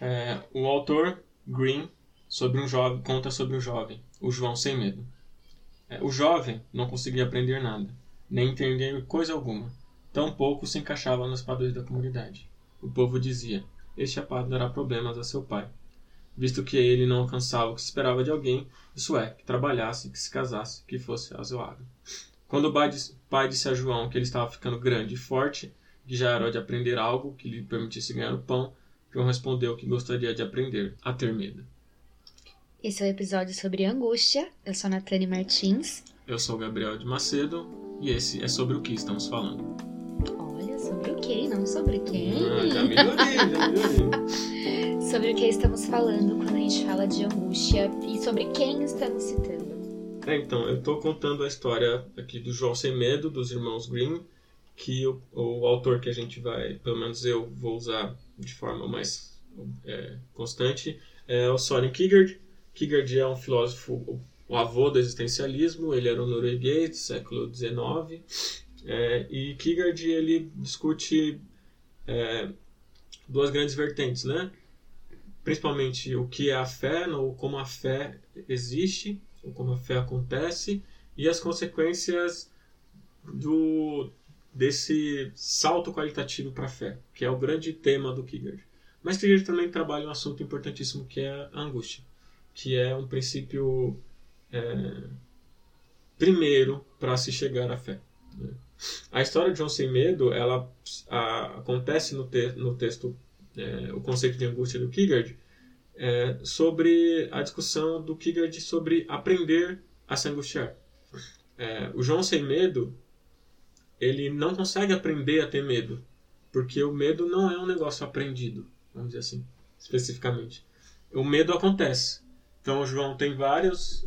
O autor, Green, conta sobre um jovem, o João Sem Medo. O jovem não conseguia aprender nada, nem entender coisa alguma. Tampouco se encaixava nos padrões da comunidade. O povo dizia: este rapaz dará problemas a seu pai, visto que ele não alcançava o que se esperava de alguém, isso é, que trabalhasse, que se casasse, que fosse razoável. Quando o pai disse a João que ele estava ficando grande e forte, que já era hora de aprender algo que lhe permitisse ganhar o pão, João respondeu que gostaria de aprender a ter medo. Esse é o episódio sobre angústia. Eu sou a Natane Martins. Eu sou o Gabriel de Macedo e esse é sobre o que estamos falando. Olha, sobre o que, não sobre quem. Já melhorei. Sobre o que estamos falando quando a gente fala de angústia e sobre quem estamos citando. Então, eu estou contando a história aqui do João Sem Medo, dos irmãos Grimm, que o autor que a gente vai, pelo menos eu vou usar de forma mais constante, é o Søren Kierkegaard. Kierkegaard é um filósofo, o avô do existencialismo, ele era um norueguês do século XIX, e Kierkegaard ele discute duas grandes vertentes, né? Principalmente o que é a fé, ou como a fé existe, ou como a fé acontece, e as consequências desse salto qualitativo para a fé, que é o grande tema do Kierkegaard. Mas Kierkegaard também trabalha um assunto importantíssimo que é a angústia, que é um princípio primeiro para se chegar à fé. A história de João Sem Medo, ela acontece no texto, o conceito de angústia do Kierkegaard, sobre a discussão do Kierkegaard sobre aprender a se angustiar. O João Sem Medo, ele não consegue aprender a ter medo, porque o medo não é um negócio aprendido, vamos dizer assim, especificamente. O medo acontece. Então o João tem várias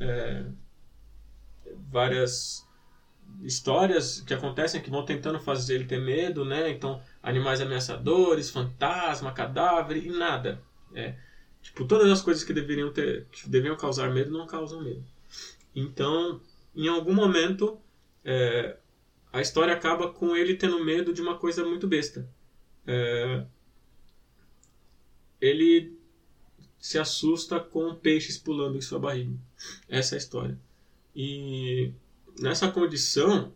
histórias que acontecem que vão tentando fazer ele ter medo, né? Então, animais ameaçadores, fantasma, cadáver e nada. Todas as coisas que deveriam causar medo não causam medo. Então, em algum momento, a história acaba com ele tendo medo de uma coisa muito besta. Ele se assusta com peixes pulando em sua barriga. Essa é a história. E nessa condição,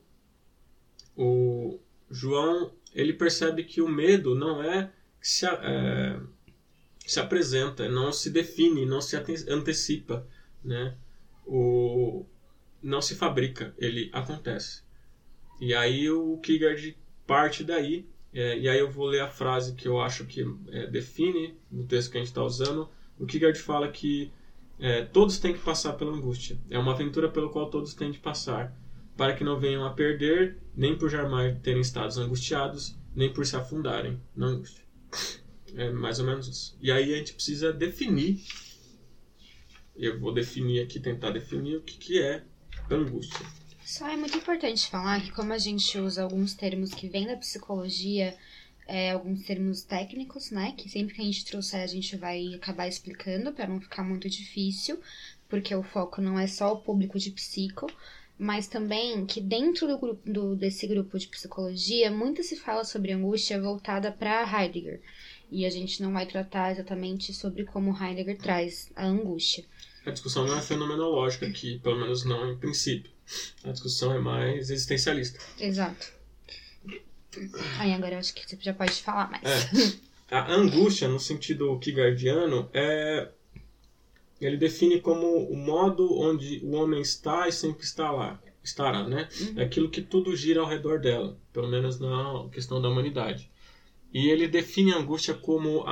o João ele percebe que o medo não se apresenta, não se define, não se antecipa, né? Não se fabrica, ele acontece. E aí o Kierkegaard parte daí, e aí eu vou ler a frase que eu acho que define no texto que a gente está usando. O Kierkegaard fala que todos têm que passar pela angústia. É uma aventura pela qual todos têm de passar, para que não venham a perder, nem por jamais terem estados angustiados, nem por se afundarem na angústia. É mais ou menos isso. E aí a gente precisa definir, eu vou definir aqui, tentar definir o que é angústia. Só é muito importante falar que como a gente usa alguns termos que vêm da psicologia, alguns termos técnicos, né, que sempre que a gente trouxer a gente vai acabar explicando para não ficar muito difícil, porque o foco não é só o público de psico, mas também que dentro desse grupo de psicologia, muito se fala sobre angústia voltada para Heidegger, e a gente não vai tratar exatamente sobre como Heidegger traz a angústia. A discussão não é fenomenológica aqui, pelo menos não em princípio. A discussão é mais existencialista. Exato. Aí agora eu acho que você já pode falar mais. A angústia, no sentido kierkegaardiano, ele define como o modo onde o homem está e sempre estará, né? É aquilo que tudo gira ao redor dela, pelo menos na questão da humanidade. E ele define a angústia como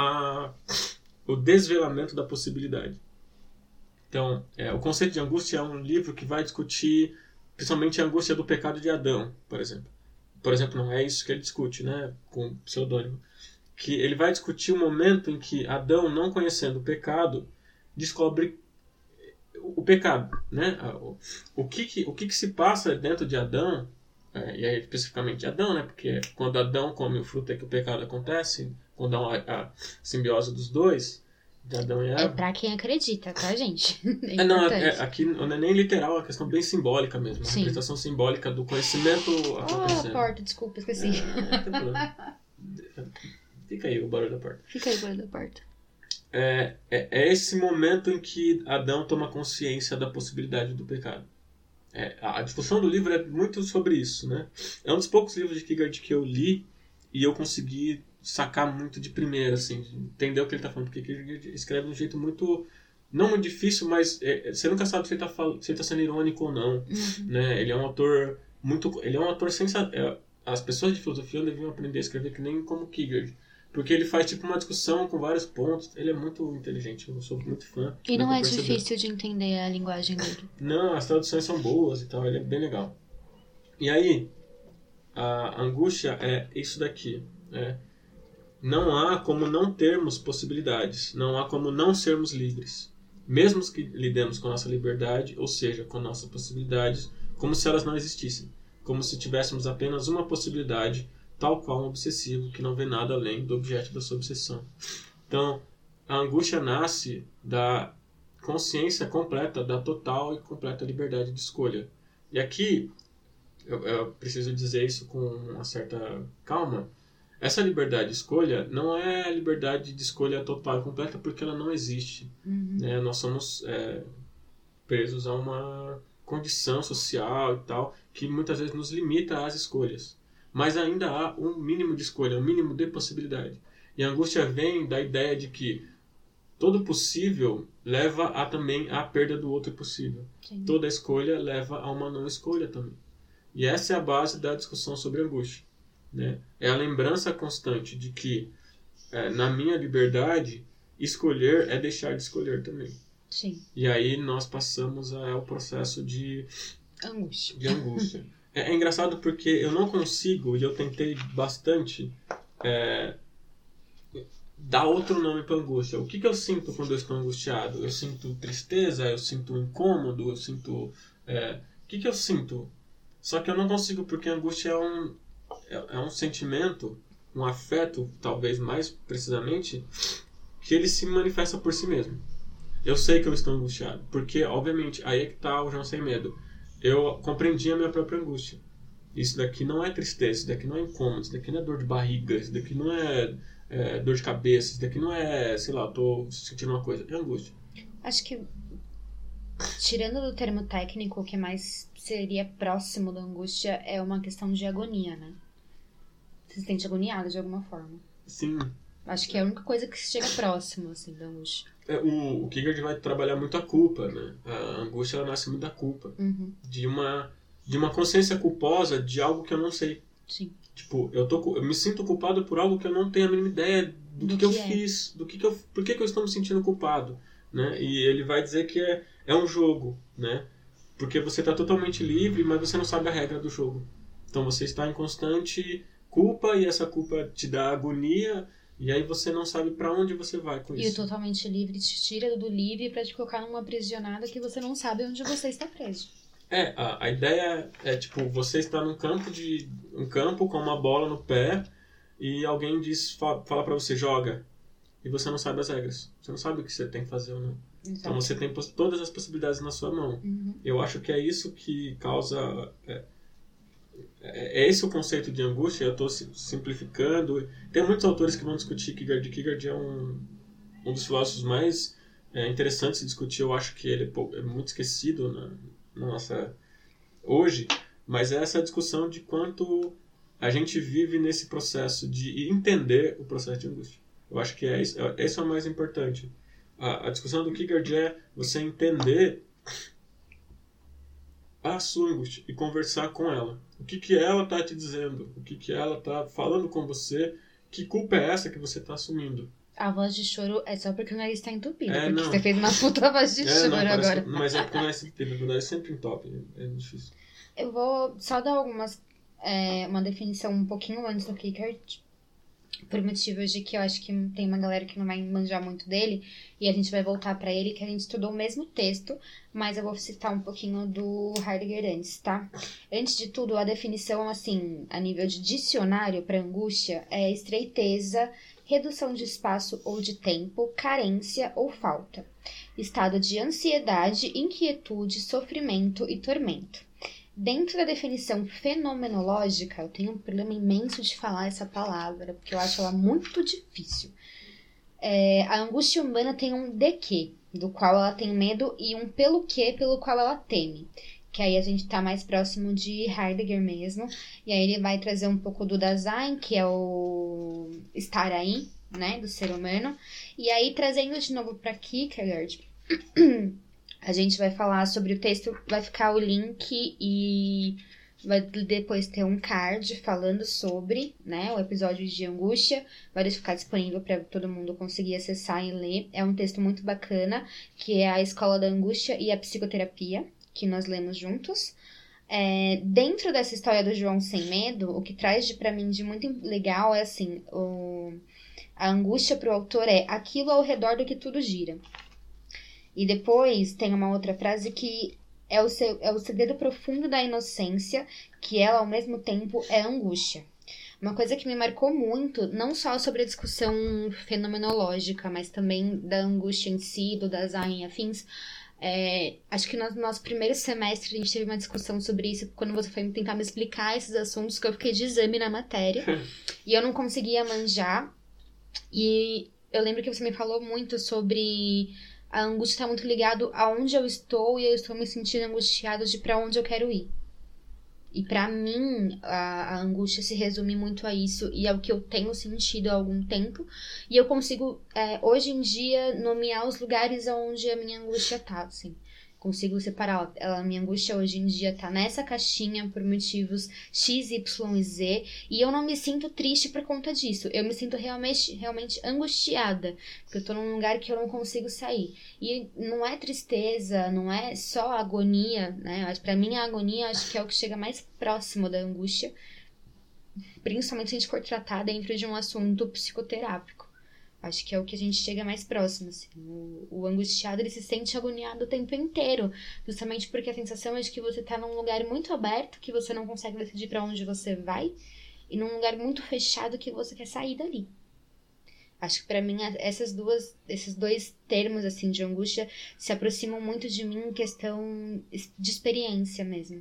o desvelamento da possibilidade. Então, o conceito de angústia é um livro que vai discutir principalmente a angústia do pecado de Adão, por exemplo. Por exemplo, não é isso que ele discute, né, com pseudônimo. Que ele vai discutir o momento em que Adão, não conhecendo o pecado, descobre o pecado, né? O que se passa dentro de Adão, e aí especificamente de Adão, né? Porque quando Adão come o fruto é que o pecado acontece, quando há a simbiose dos dois, de Adão e Eva. É pra quem acredita, tá, gente? Aqui não é nem literal, é uma questão bem simbólica mesmo. Uma representação simbólica do conhecimento acontecendo. Porta, desculpa, esqueci. Não tem problema. Fica aí o barulho da porta. Fica aí o barulho da porta. é esse momento em que Adão toma consciência da possibilidade do pecado. A discussão do livro é muito sobre isso, né? É um dos poucos livros de Kierkegaard que eu li e eu consegui sacar muito de primeira, assim, entender o que ele está falando, porque Kierkegaard escreve de um jeito muito, não muito difícil, mas você nunca sabe se ele está sendo irônico ou não, né? Ele é um autor sensacional. As pessoas de filosofia deviam aprender a escrever que nem como Kierkegaard, porque ele faz tipo uma discussão com vários pontos. Ele é muito inteligente, eu sou muito fã. E não é difícil de entender a linguagem dele. Não, as traduções são boas e tal, ele é bem legal. E aí, a angústia é isso daqui. Não há como não termos possibilidades, não há como não sermos livres. Mesmo que lidemos com a nossa liberdade, ou seja, com nossas possibilidades, como se elas não existissem. Como se tivéssemos apenas uma possibilidade, tal qual um obsessivo que não vê nada além do objeto da sua obsessão. Então, a angústia nasce da consciência completa, da total e completa liberdade de escolha. E aqui, eu preciso dizer isso com uma certa calma, essa liberdade de escolha não é a liberdade de escolha total e completa, porque ela não existe. Né? Nós somos presos a uma condição social e tal, que muitas vezes nos limita às escolhas. Mas ainda há um mínimo de escolha, um mínimo de possibilidade. E a angústia vem da ideia de que todo possível leva também à perda do outro possível. Sim. Toda escolha leva a uma não escolha também. E essa é a base da discussão sobre angústia. Né? É a lembrança constante de que, na minha liberdade, escolher é deixar de escolher também. Sim. E aí nós passamos ao processo de angústia. É engraçado porque eu não consigo, e eu tentei bastante, dar outro nome para angústia. O que eu sinto quando eu estou angustiado? Eu sinto tristeza, eu sinto incômodo, eu sinto... o que eu sinto? Só que eu não consigo, porque a angústia é um sentimento, um afeto, talvez mais precisamente, que ele se manifesta por si mesmo. Eu sei que eu estou angustiado, porque, obviamente, aí é que está o João Sem Medo. Eu compreendi a minha própria angústia. Isso daqui não é tristeza, isso daqui não é incômodo, isso daqui não é dor de barriga, isso daqui não é dor de cabeça, isso daqui não é, sei lá, eu tô sentindo uma coisa, é angústia. Acho que, tirando do termo técnico, o que mais seria próximo da angústia é uma questão de agonia, né? Você se sente agoniado de alguma forma. Sim. Acho que é a única coisa que chega próximo, assim, da angústia. O Kierkegaard vai trabalhar muito a culpa, né? A angústia, ela nasce muito da culpa. De uma consciência culposa de algo que eu não sei. Sim. Tipo, eu me sinto culpado por algo que eu não tenho a mínima ideia do que eu fiz, por que eu estou me sentindo culpado, né? E ele vai dizer que é um jogo, né? Porque você está totalmente livre, mas você não sabe a regra do jogo. Então você está em constante culpa e essa culpa te dá agonia e aí você não sabe para onde você vai com isso. E o totalmente livre te tira do livre para te colocar numa aprisionada que você não sabe onde você está preso. A ideia é tipo, você está num campo com uma bola no pé e alguém fala pra você, joga. E você não sabe as regras. Você não sabe o que você tem que fazer ou não. Exato. Então você tem todas as possibilidades na sua mão. Eu acho que é isso que causa... É esse o conceito de angústia. Eu estou simplificando. Tem muitos autores que vão discutir Kierkegaard. Kierkegaard é um dos filósofos mais interessantes de discutir. Eu acho que ele é muito esquecido na nossa hoje, mas é essa discussão de quanto a gente vive nesse processo de entender o processo de angústia. Eu acho que esse é o mais importante. A discussão do Kierkegaard é você entender a sua angústia e conversar com ela. O que ela está te dizendo? O que ela está falando com você? Que culpa é essa que você está assumindo? A voz de choro é só porque o nariz está entupido. Porque você fez uma puta voz de choro agora. Mas é porque o nariz entupido. O nariz sempre entope. É difícil. Eu vou só dar uma definição um pouquinho antes do Kierkegaard. Por motivos de que eu acho que tem uma galera que não vai manjar muito dele. E a gente vai voltar pra ele, que a gente estudou o mesmo texto. Mas eu vou citar um pouquinho do Heidegger antes, tá? Antes de tudo, a definição, assim, a nível de dicionário pra angústia é estreiteza, redução de espaço ou de tempo, carência ou falta. Estado de ansiedade, inquietude, sofrimento e tormento. Dentro da definição fenomenológica, eu tenho um problema imenso de falar essa palavra, porque eu acho ela muito difícil. A angústia humana tem um de quê, do qual ela tem medo, e um pelo quê, pelo qual ela teme. Que aí a gente tá mais próximo de Heidegger mesmo. E aí ele vai trazer um pouco do Dasein, que é o estar aí, né, do ser humano. E aí, trazendo de novo para Kierkegaard, a gente vai falar sobre o texto, vai ficar o link e vai depois ter um card falando sobre, né, o episódio de angústia. Vai ficar disponível para todo mundo conseguir acessar e ler. É um texto muito bacana, que é a Escola da Angústia e a Psicoterapia, que nós lemos juntos. Dentro dessa história do João Sem Medo, o que traz pra mim de muito legal é assim, a angústia pro autor é aquilo ao redor do que tudo gira. E depois tem uma outra frase que é o segredo profundo da inocência, que ela ao mesmo tempo é angústia. Uma coisa que me marcou muito, não só sobre a discussão fenomenológica, mas também da angústia em si, do Dasein e afins. Acho que no nosso primeiro semestre a gente teve uma discussão sobre isso quando você foi tentar me explicar esses assuntos, que eu fiquei de exame na matéria e eu não conseguia manjar. E eu lembro que você me falou muito sobre a angústia estar muito ligado aonde eu estou, e eu estou me sentindo angustiada de pra onde eu quero ir. E pra mim, a angústia se resume muito a isso, e é o que eu tenho sentido há algum tempo. E eu consigo, hoje em dia, nomear os lugares onde a minha angústia tá, assim. Consigo separar. A minha angústia hoje em dia tá nessa caixinha por motivos X, Y e Z. E eu não me sinto triste por conta disso. Eu me sinto realmente angustiada. Porque eu tô num lugar que eu não consigo sair. E não é tristeza, não é só agonia, né? Pra mim, a agonia acho que é o que chega mais próximo da angústia. Principalmente se a gente for tratar dentro de um assunto psicoterápico. Acho que é o que a gente chega mais próximo, assim. O angustiado, ele se sente agoniado o tempo inteiro. Justamente porque a sensação é de que você tá num lugar muito aberto, que você não consegue decidir pra onde você vai, e num lugar muito fechado que você quer sair dali. Acho que pra mim, esses dois termos, assim, de angústia se aproximam muito de mim em questão de experiência mesmo.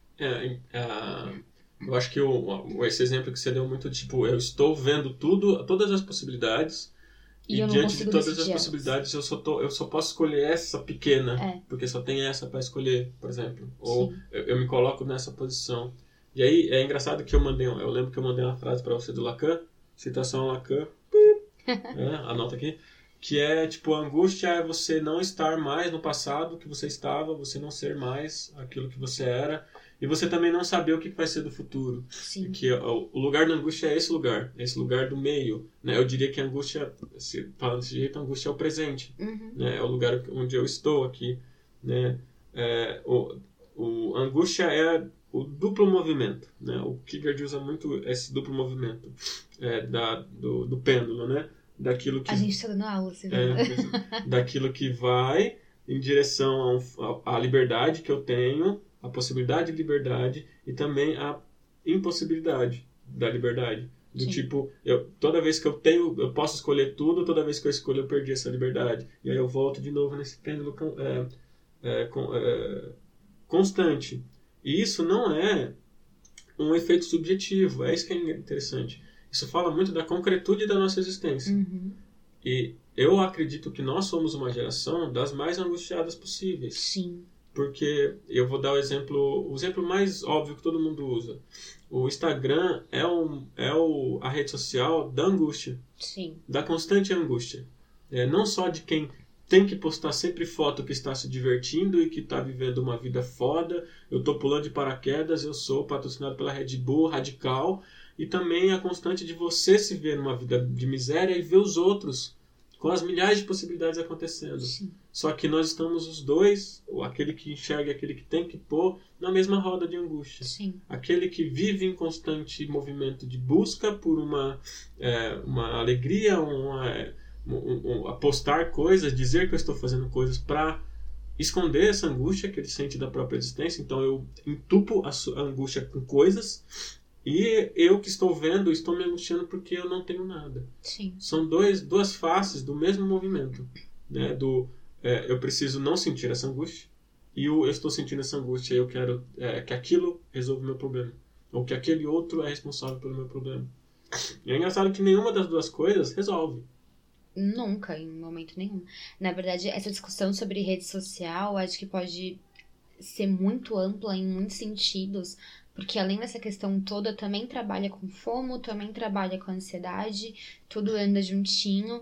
Eu acho que esse exemplo que você deu muito, tipo, eu estou vendo todas as possibilidades, e diante de todas as possibilidades eu só posso escolher essa pequena, porque só tem essa para escolher, por exemplo. Ou eu me coloco nessa posição. E aí é engraçado que eu lembro que eu mandei uma frase para você do Lacan, citação Lacan, anota aqui, que é tipo, a angústia é você não estar mais no passado que você estava, você não ser mais aquilo que você era, e você também não saber o que vai ser do futuro. Sim. Que o lugar da angústia é esse lugar do meio, né? Eu diria que a angústia, falando desse jeito, a angústia é o presente, né? É o lugar onde eu estou aqui, né? A angústia é o duplo movimento, né? O Kierkegaard usa muito esse duplo movimento do pêndulo, né? Daquilo que, a gente está dando aula, você viu? Daquilo que vai em direção à liberdade que eu tenho, a possibilidade de liberdade, e também a impossibilidade da liberdade. Do Sim. Tipo, toda vez que eu posso escolher tudo, toda vez que eu escolho eu perdi essa liberdade. E aí eu volto de novo nesse pêndulo constante. E isso não é um efeito subjetivo, é isso que é interessante. Isso fala muito da concretude da nossa existência. E eu acredito que nós somos uma geração das mais angustiadas possíveis. Sim. Porque eu vou dar o exemplo mais óbvio que todo mundo usa. O Instagram é a rede social da angústia. Sim. Da constante angústia. Não só de quem tem que postar sempre foto que está se divertindo e que está vivendo uma vida foda. Eu estou pulando de paraquedas, eu sou patrocinado pela Red Bull, radical. E também a constante de você se ver numa vida de miséria e ver os outros com as milhares de possibilidades acontecendo. Sim. Só que nós estamos os dois, aquele que enxerga e aquele que tem que pôr, na mesma roda de angústia. Sim. Aquele que vive em constante movimento de busca por uma alegria, apostar coisas, dizer que eu estou fazendo coisas para esconder essa angústia que ele sente da própria existência. Então eu entupo a angústia com coisas, e eu que estou vendo, estou me angustiando porque eu não tenho nada. Sim. São duas faces do mesmo movimento, né? Eu preciso não sentir essa angústia, e eu estou sentindo essa angústia e eu quero que aquilo resolva o meu problema, ou que aquele outro é responsável pelo meu problema. E é engraçado que nenhuma das duas coisas resolve. Nunca, em momento nenhum. Na verdade, essa discussão sobre rede social, acho que pode ser muito ampla em muitos sentidos, porque além dessa questão toda, também trabalha com FOMO, também trabalha com ansiedade, tudo anda juntinho,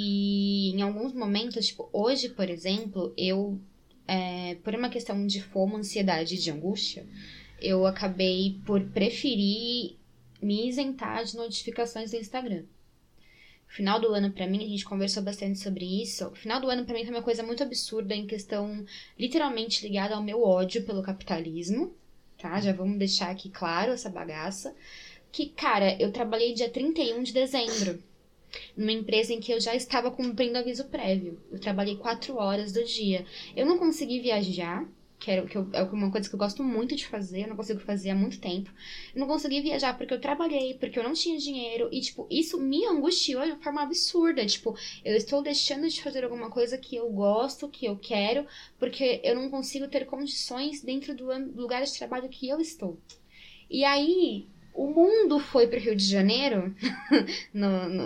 e em alguns momentos, tipo, hoje, por exemplo, eu, por uma questão de FOMO, ansiedade e de angústia, eu acabei por preferir me isentar de notificações do Instagram. Final do ano, pra mim, a gente conversou bastante sobre isso. O final do ano, pra mim, foi uma coisa muito absurda em questão literalmente ligada ao meu ódio pelo capitalismo, tá? Já vamos deixar aqui claro essa bagaça. Que, cara, eu trabalhei dia 31 de dezembro, numa empresa em que eu já estava cumprindo aviso prévio. Eu trabalhei 4 horas do dia. Eu não consegui viajar, é uma coisa que eu gosto muito de fazer, eu não consigo fazer há muito tempo. Eu não consegui viajar porque eu trabalhei, porque eu não tinha dinheiro, e, tipo, isso me angustiou de uma forma absurda. Tipo, eu estou deixando de fazer alguma coisa que eu gosto, que eu quero, porque eu não consigo ter condições dentro do lugar de trabalho que eu estou. E aí, o mundo foi pro Rio de Janeiro, no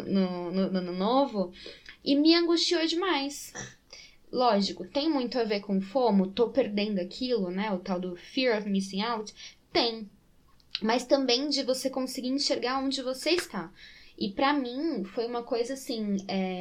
ano novo, e me angustiou demais. Lógico, tem muito a ver com FOMO, tô perdendo aquilo, né? O tal do Fear of Missing Out. Tem. Mas também de você conseguir enxergar onde você está. E pra mim, foi uma coisa assim,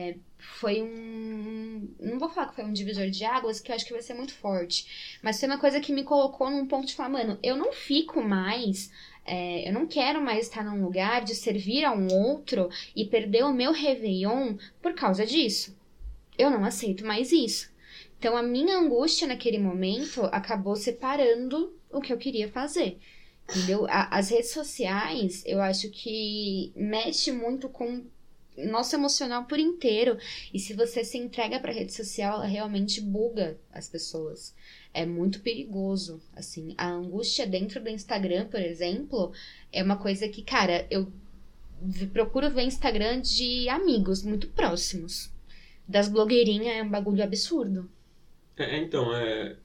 foi um... Não vou falar que foi um divisor de águas, que eu acho que vai ser muito forte. Mas foi uma coisa que me colocou num ponto de falar, mano, eu não fico mais... eu não quero mais estar num lugar de servir a um outro e perder o meu Réveillon por causa disso. Eu não aceito mais isso. Então, a minha angústia naquele momento acabou separando o que eu queria fazer. Entendeu? As redes sociais, eu acho que mexe muito com o nosso emocional por inteiro. E se você se entrega pra rede social, ela realmente buga as pessoas. É muito perigoso, assim. A angústia dentro do Instagram, por exemplo, é uma coisa que, cara, eu procuro ver Instagram de amigos muito próximos. Das blogueirinhas é um bagulho absurdo. Então,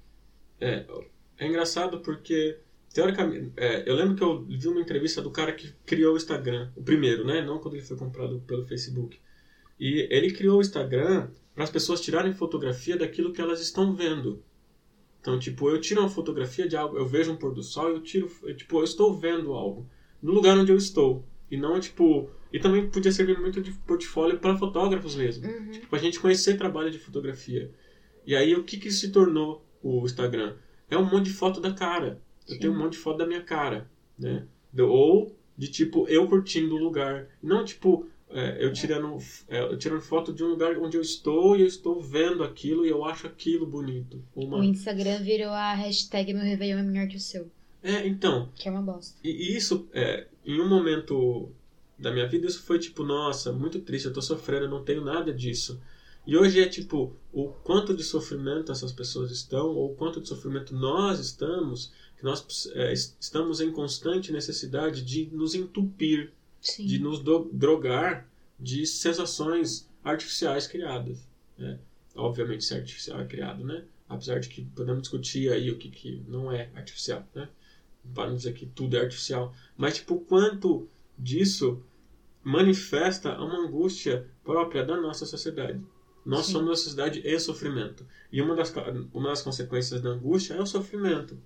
é engraçado porque, teoricamente, eu lembro que eu vi uma entrevista do cara que criou o Instagram, o primeiro, né? Não quando ele foi comprado pelo Facebook. E ele criou o Instagram para as pessoas tirarem fotografia daquilo que elas estão vendo. Então, tipo, eu tiro uma fotografia de algo, eu vejo um pôr do sol e eu estou vendo algo no lugar onde eu estou. E não, tipo... E também podia servir muito de portfólio para fotógrafos mesmo. Uhum. Tipo, a gente conhecer trabalho de fotografia. E aí, o que se tornou o Instagram? É um monte de foto da cara. Eu Sim. tenho um monte de foto da minha cara, né? Ou de, tipo, eu curtindo o lugar. Não, tipo, eu tirando foto de um lugar onde eu estou e eu estou vendo aquilo e eu acho aquilo bonito. O Instagram virou a hashtag meu Réveillon é melhor que o seu. Então... Que é uma bosta. E isso, em um momento da minha vida, isso foi tipo, nossa, muito triste, eu tô sofrendo, eu não tenho nada disso. E hoje é tipo, o quanto de sofrimento essas pessoas estão, ou o quanto de sofrimento nós estamos, que nós estamos em constante necessidade de nos entupir, Sim. de nos drogar de sensações artificiais criadas. Né? Obviamente, se artificial é criado, né? Apesar de que podemos discutir aí o que não é artificial, né? Para não dizer que tudo é artificial. Mas, tipo, o quanto disso manifesta uma angústia própria da nossa sociedade. Nós Sim. somos uma sociedade em sofrimento. E uma das consequências da angústia é o sofrimento.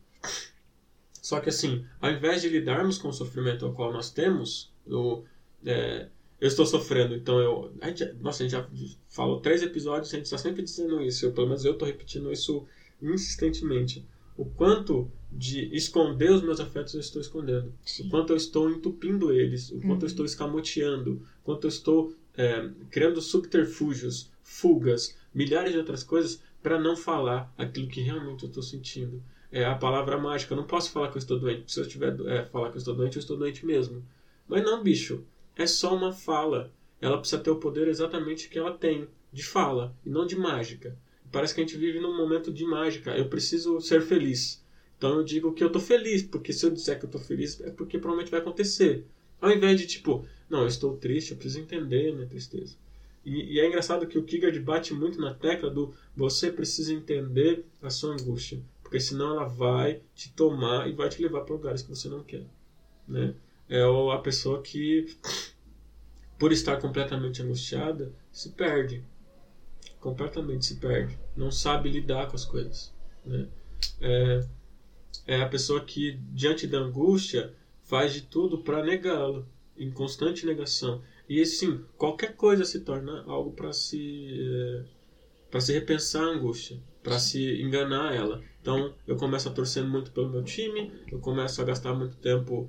Só que, assim, ao invés de lidarmos com o sofrimento ao qual nós temos, eu estou sofrendo, então a gente já falou 3 episódios, a gente está sempre dizendo isso. Pelo menos eu estou repetindo isso insistentemente. O quanto de esconder os meus afetos eu estou escondendo. Sim. O quanto eu estou entupindo eles. O quanto eu estou escamoteando. O quanto eu estou criando subterfúgios, fugas, milhares de outras coisas para não falar aquilo que realmente eu estou sentindo. É a palavra mágica. Eu não posso falar que eu estou doente. Se eu tiver falar que eu estou doente mesmo. Mas não, bicho. É só uma fala. Ela precisa ter o poder exatamente que ela tem. De fala. E não de mágica. Parece que a gente vive num momento de mágica. Eu preciso ser feliz. Então eu digo que eu tô feliz. Porque se eu disser que eu tô feliz, é porque provavelmente vai acontecer. Ao invés de tipo, não, eu estou triste, eu preciso entender a minha tristeza. E é engraçado que o Kierkegaard bate muito na tecla do você precisa entender a sua angústia. Porque senão ela vai te tomar e vai te levar para lugares que você não quer. Né? É a pessoa que, por estar completamente angustiada, se perde. Completamente se perde. Não sabe lidar com as coisas, né? É a pessoa que, diante da angústia, faz de tudo para negá-la, em constante negação. E assim, qualquer coisa se torna algo para se repensar a angústia, para se enganar ela. Então, eu começo a torcer muito pelo meu time, eu começo a gastar muito tempo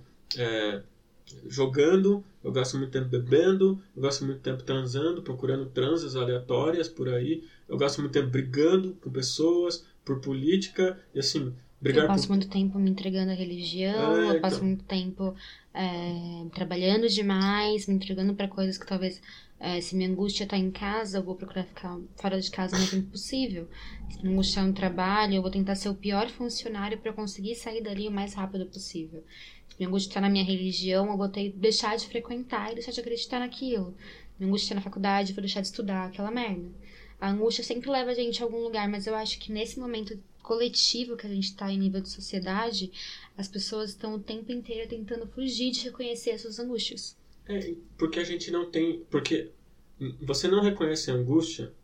jogando, eu gasto muito tempo bebendo, eu gasto muito tempo transando, procurando transas aleatórias por aí, eu gasto muito tempo brigando com pessoas, por política, e assim, brigar eu passo muito tempo me entregando à religião, eu passo muito tempo trabalhando demais, me entregando para coisas que talvez, se minha angústia tá em casa, eu vou procurar ficar fora de casa o mais tempo possível. Se minha angústia tá no trabalho, eu vou tentar ser o pior funcionário para conseguir sair dali o mais rápido possível. Se minha angústia tá na minha religião, eu vou deixar de frequentar e deixar de acreditar naquilo. Minha angústia tá na faculdade, eu vou deixar de estudar, aquela merda. A angústia sempre leva a gente a algum lugar, mas eu acho que nesse momento coletivo que a gente está em nível de sociedade, as pessoas estão o tempo inteiro tentando fugir de reconhecer essas angústias. Porque a gente não tem... Porque você não reconhece a angústia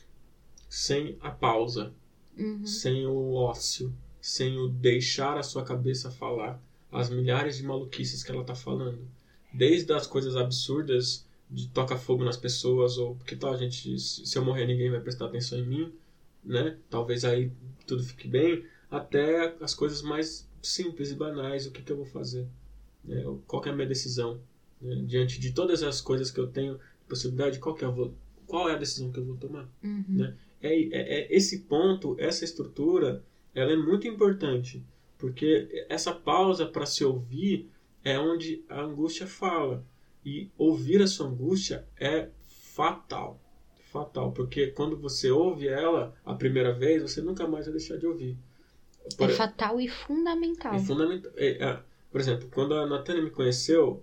sem a pausa, sem o ócio, sem o deixar a sua cabeça falar as milhares de maluquices que ela está falando. Desde as coisas absurdas de tocar fogo nas pessoas, ou que tal, gente, se eu morrer ninguém vai prestar atenção em mim, né? Talvez aí tudo fique bem, até as coisas mais simples e banais, o que eu vou fazer, né? Qual que é a minha decisão, né? Diante de todas as coisas que eu tenho possibilidade, qual é a decisão que eu vou tomar, né? Esse ponto, essa estrutura, ela é muito importante, porque essa pausa para se ouvir é onde a angústia fala, e ouvir a sua angústia é fatal, porque quando você ouve ela a primeira vez, você nunca mais vai deixar de ouvir. Fatal e fundamental. Por exemplo, quando a Natânia me conheceu,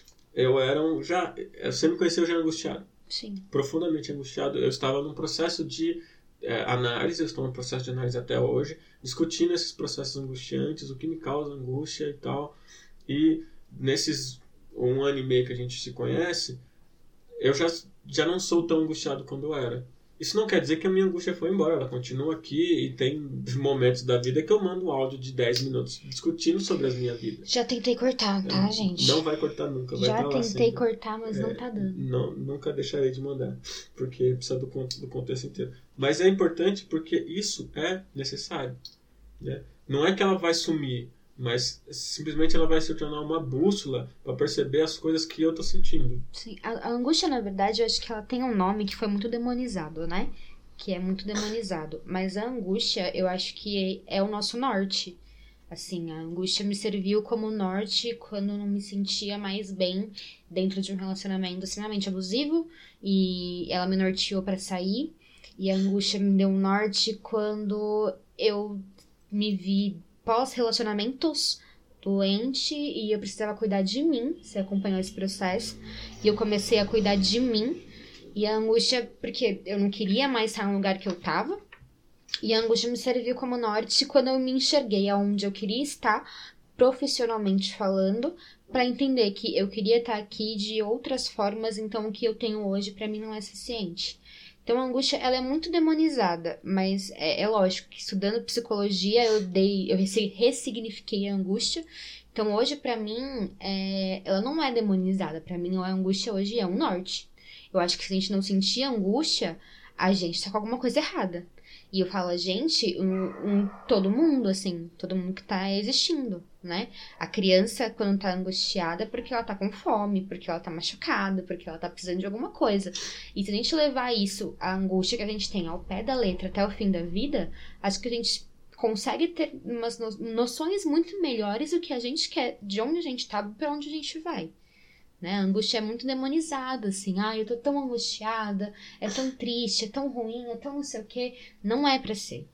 você me conheceu já angustiado. Sim. Profundamente angustiado. Eu estava num processo de análise, eu estou num processo de análise até hoje, discutindo esses processos angustiantes, o que me causa angústia e tal. E nesses 1 ano e meio que a gente se conhece, eu já não sou tão angustiado quando eu era. Isso não quer dizer que a minha angústia foi embora, ela continua aqui, e tem momentos da vida que eu mando um áudio de 10 minutos discutindo sobre a minha vida. Já tentei cortar, tá, gente? Não vai cortar nunca, vai Já estar lá tentei sempre. cortar, mas não tá dando. Nunca deixarei de mandar, porque precisa do contexto inteiro. Mas é importante porque isso é necessário, né? Não é que ela vai sumir, mas simplesmente ela vai se tornar uma bússola para perceber as coisas que eu tô sentindo. Sim, a angústia, na verdade, eu acho que ela tem um nome que foi muito demonizado, né? Que é muito demonizado. Mas a angústia, eu acho que é o nosso norte. Assim, a angústia me serviu como norte quando eu não me sentia mais bem dentro de um relacionamento extremamente abusivo, e ela me norteou para sair. E a angústia me deu um norte quando eu me vi pós-relacionamentos doente e eu precisava cuidar de mim. Você acompanhou esse processo, e eu comecei a cuidar de mim. E a angústia, porque eu não queria mais estar no lugar que eu tava, e a angústia me serviu como norte quando eu me enxerguei aonde eu queria estar, profissionalmente falando, para entender que eu queria estar aqui de outras formas, então o que eu tenho hoje para mim não é suficiente. Então a angústia, ela é muito demonizada, mas é lógico que estudando psicologia eu ressignifiquei a angústia. Então hoje pra mim, ela não é demonizada, pra mim a angústia hoje é um norte. Eu acho que se a gente não sentir angústia, a gente tá com alguma coisa errada. E eu falo a gente, todo mundo, assim, todo mundo que tá existindo, né? A criança, quando tá angustiada, é porque ela tá com fome, porque ela tá machucada, porque ela tá precisando de alguma coisa. E se a gente levar isso, a angústia que a gente tem ao pé da letra até o fim da vida, acho que a gente consegue ter umas noções muito melhores do que a gente quer, de onde a gente tá e pra onde a gente vai. Né? A angústia é muito demonizada, assim, eu tô tão angustiada, é tão triste, é tão ruim, é tão não sei o quê. Não é pra ser.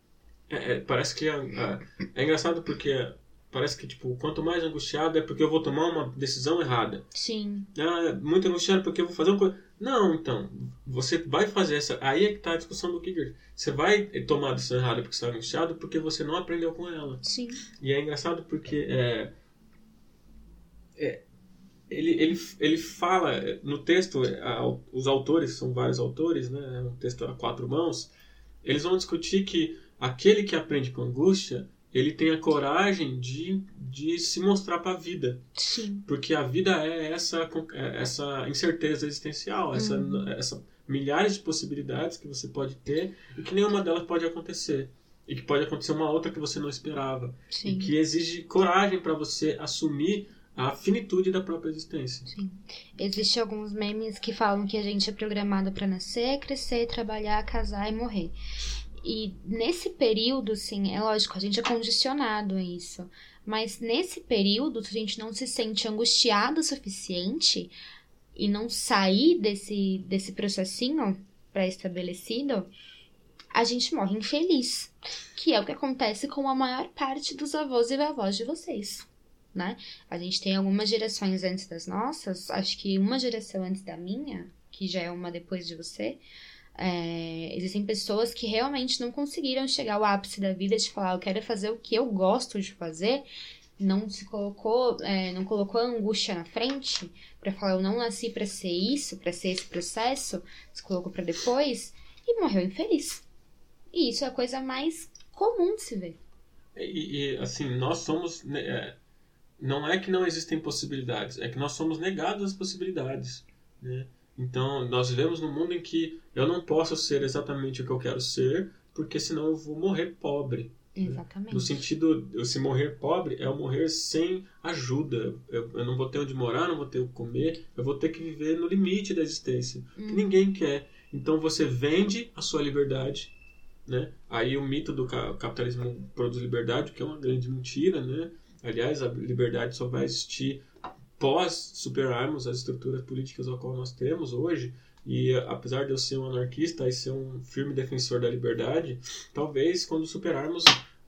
Parece que é engraçado porque parece que, tipo, quanto mais angustiado é porque eu vou tomar uma decisão errada. Sim. Muito angustiado porque eu vou fazer uma coisa. Não, então, você vai fazer essa... Aí é que tá a discussão do Kierkegaard. Você vai tomar a decisão errada porque você está angustiado porque você não aprendeu com ela. Sim. E é engraçado porque ele fala no texto, os autores, são vários autores, né? É um texto a 4 mãos, eles vão discutir que aquele que aprende com angústia, ele tem a coragem de se mostrar para a vida. Sim. Porque a vida é essa incerteza existencial, essa milhares de possibilidades que você pode ter e que nenhuma delas pode acontecer. E que pode acontecer uma outra que você não esperava. Sim. E que exige coragem para você assumir a finitude da própria existência. Sim. Existem alguns memes que falam que a gente é programado para nascer, crescer, trabalhar, casar e morrer. E nesse período, sim, é lógico, a gente é condicionado a isso. Mas nesse período, se a gente não se sente angustiado o suficiente e não sair desse processinho pré-estabelecido, a gente morre infeliz. Que é o que acontece com a maior parte dos avós e vovós de vocês, né? A gente tem algumas gerações antes das nossas, acho que uma geração antes da minha, que já é uma depois de você. Existem pessoas que realmente não conseguiram chegar ao ápice da vida de falar, eu quero fazer o que eu gosto de fazer, não colocou a angústia na frente para falar, eu não nasci para ser isso, para ser esse processo, se colocou para depois e morreu infeliz. E isso é a coisa mais comum de se ver. E assim, nós somos, não é que não existem possibilidades, é que nós somos negados às possibilidades, né? Então, nós vivemos num mundo em que eu não posso ser exatamente o que eu quero ser, porque senão eu vou morrer pobre. Exatamente. Né? No sentido, se morrer pobre, é eu morrer sem ajuda. Eu não vou ter onde morar, não vou ter o que comer, eu vou ter que viver no limite da existência. Que ninguém quer. Então, você vende a sua liberdade, né? Aí o mito do capitalismo produz liberdade, que é uma grande mentira, né? Aliás, a liberdade só vai existir pós superarmos as estruturas políticas ao qual nós temos hoje. E apesar de eu ser um anarquista e ser um firme defensor da liberdade, talvez quando superarmos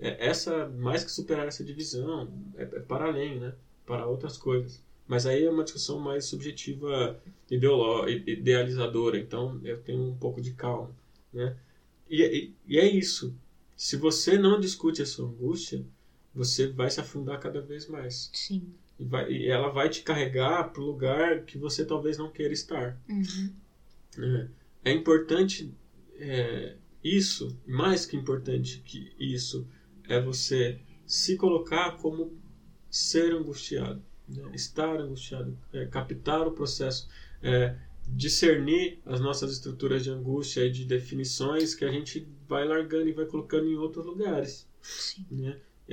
mais que superar essa divisão, para além, né? Para outras coisas. Mas aí é uma discussão mais subjetiva, idealizadora, então eu tenho um pouco de calma, né? E é isso. Se você não discute a sua angústia, você vai se afundar cada vez mais. Sim. E ela vai te carregar para o lugar que você talvez não queira estar. Uhum. É importante isso, mais que importante que isso, é você se colocar como ser angustiado, né? Estar angustiado, captar o processo, discernir as nossas estruturas de angústia e de definições que a gente vai largando e vai colocando em outros lugares. Sim. Né?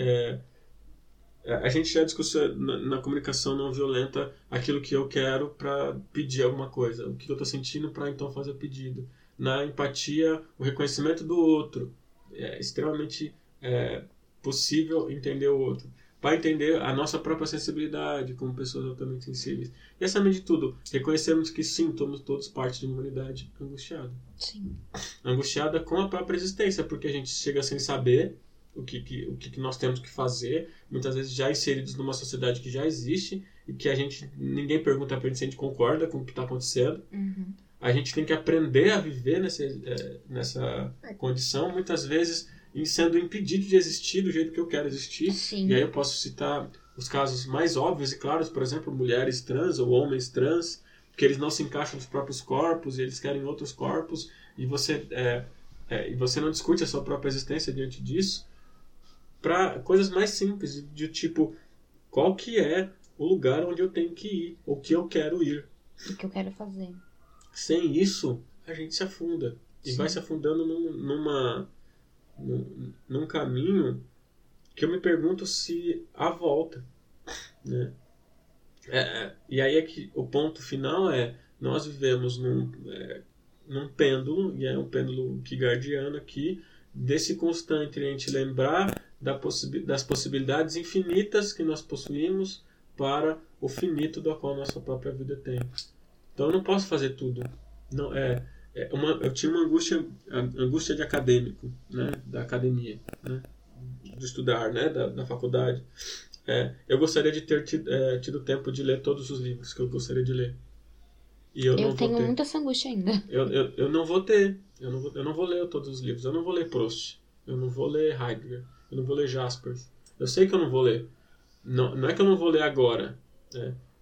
A gente já discutiu na comunicação não violenta aquilo que eu quero para pedir alguma coisa, o que eu estou sentindo para então fazer o pedido. Na empatia, o reconhecimento do outro. É extremamente possível entender o outro. Para entender a nossa própria sensibilidade como pessoas altamente sensíveis. E acima de tudo, reconhecermos que sim, somos todos parte de uma humanidade angustiada. Sim. Angustiada com a própria existência, porque a gente chega sem saber o que nós temos que fazer, muitas vezes já inseridos numa sociedade que já existe e que ninguém pergunta pra gente se a gente concorda com o que está acontecendo. Uhum. A gente tem que aprender a viver nessa condição, muitas vezes sendo impedido de existir do jeito que eu quero existir. Sim. E aí eu posso citar os casos mais óbvios e claros, por exemplo, mulheres trans ou homens trans, que eles não se encaixam nos próprios corpos e eles querem outros corpos, e você não discute a sua própria existência diante disso, para coisas mais simples, de tipo, qual que é o lugar onde eu tenho que ir, o que eu quero ir. O que eu quero fazer. Sem isso, a gente se afunda. E vai se afundando num caminho que eu me pergunto se há volta. Né? E aí é que o ponto final nós vivemos num pêndulo, e é um pêndulo kierkegaardiano aqui, desse constante a gente lembrar das possibilidades infinitas que nós possuímos para o finito do qual nossa própria vida tem. Então eu não posso fazer tudo. Não, eu tinha uma angústia de acadêmico, né, da academia, né, de estudar, né, da faculdade. Eu gostaria de ter tido tempo de ler todos os livros que eu gostaria de ler. E eu não tenho vou ter. muita essa angústia ainda. Eu não vou ter. Eu não vou ler todos os livros. Eu não vou ler Proust. Eu não vou ler Heidegger. Eu não vou ler Jaspers. Eu sei que eu não vou ler. Não é que eu não vou ler agora.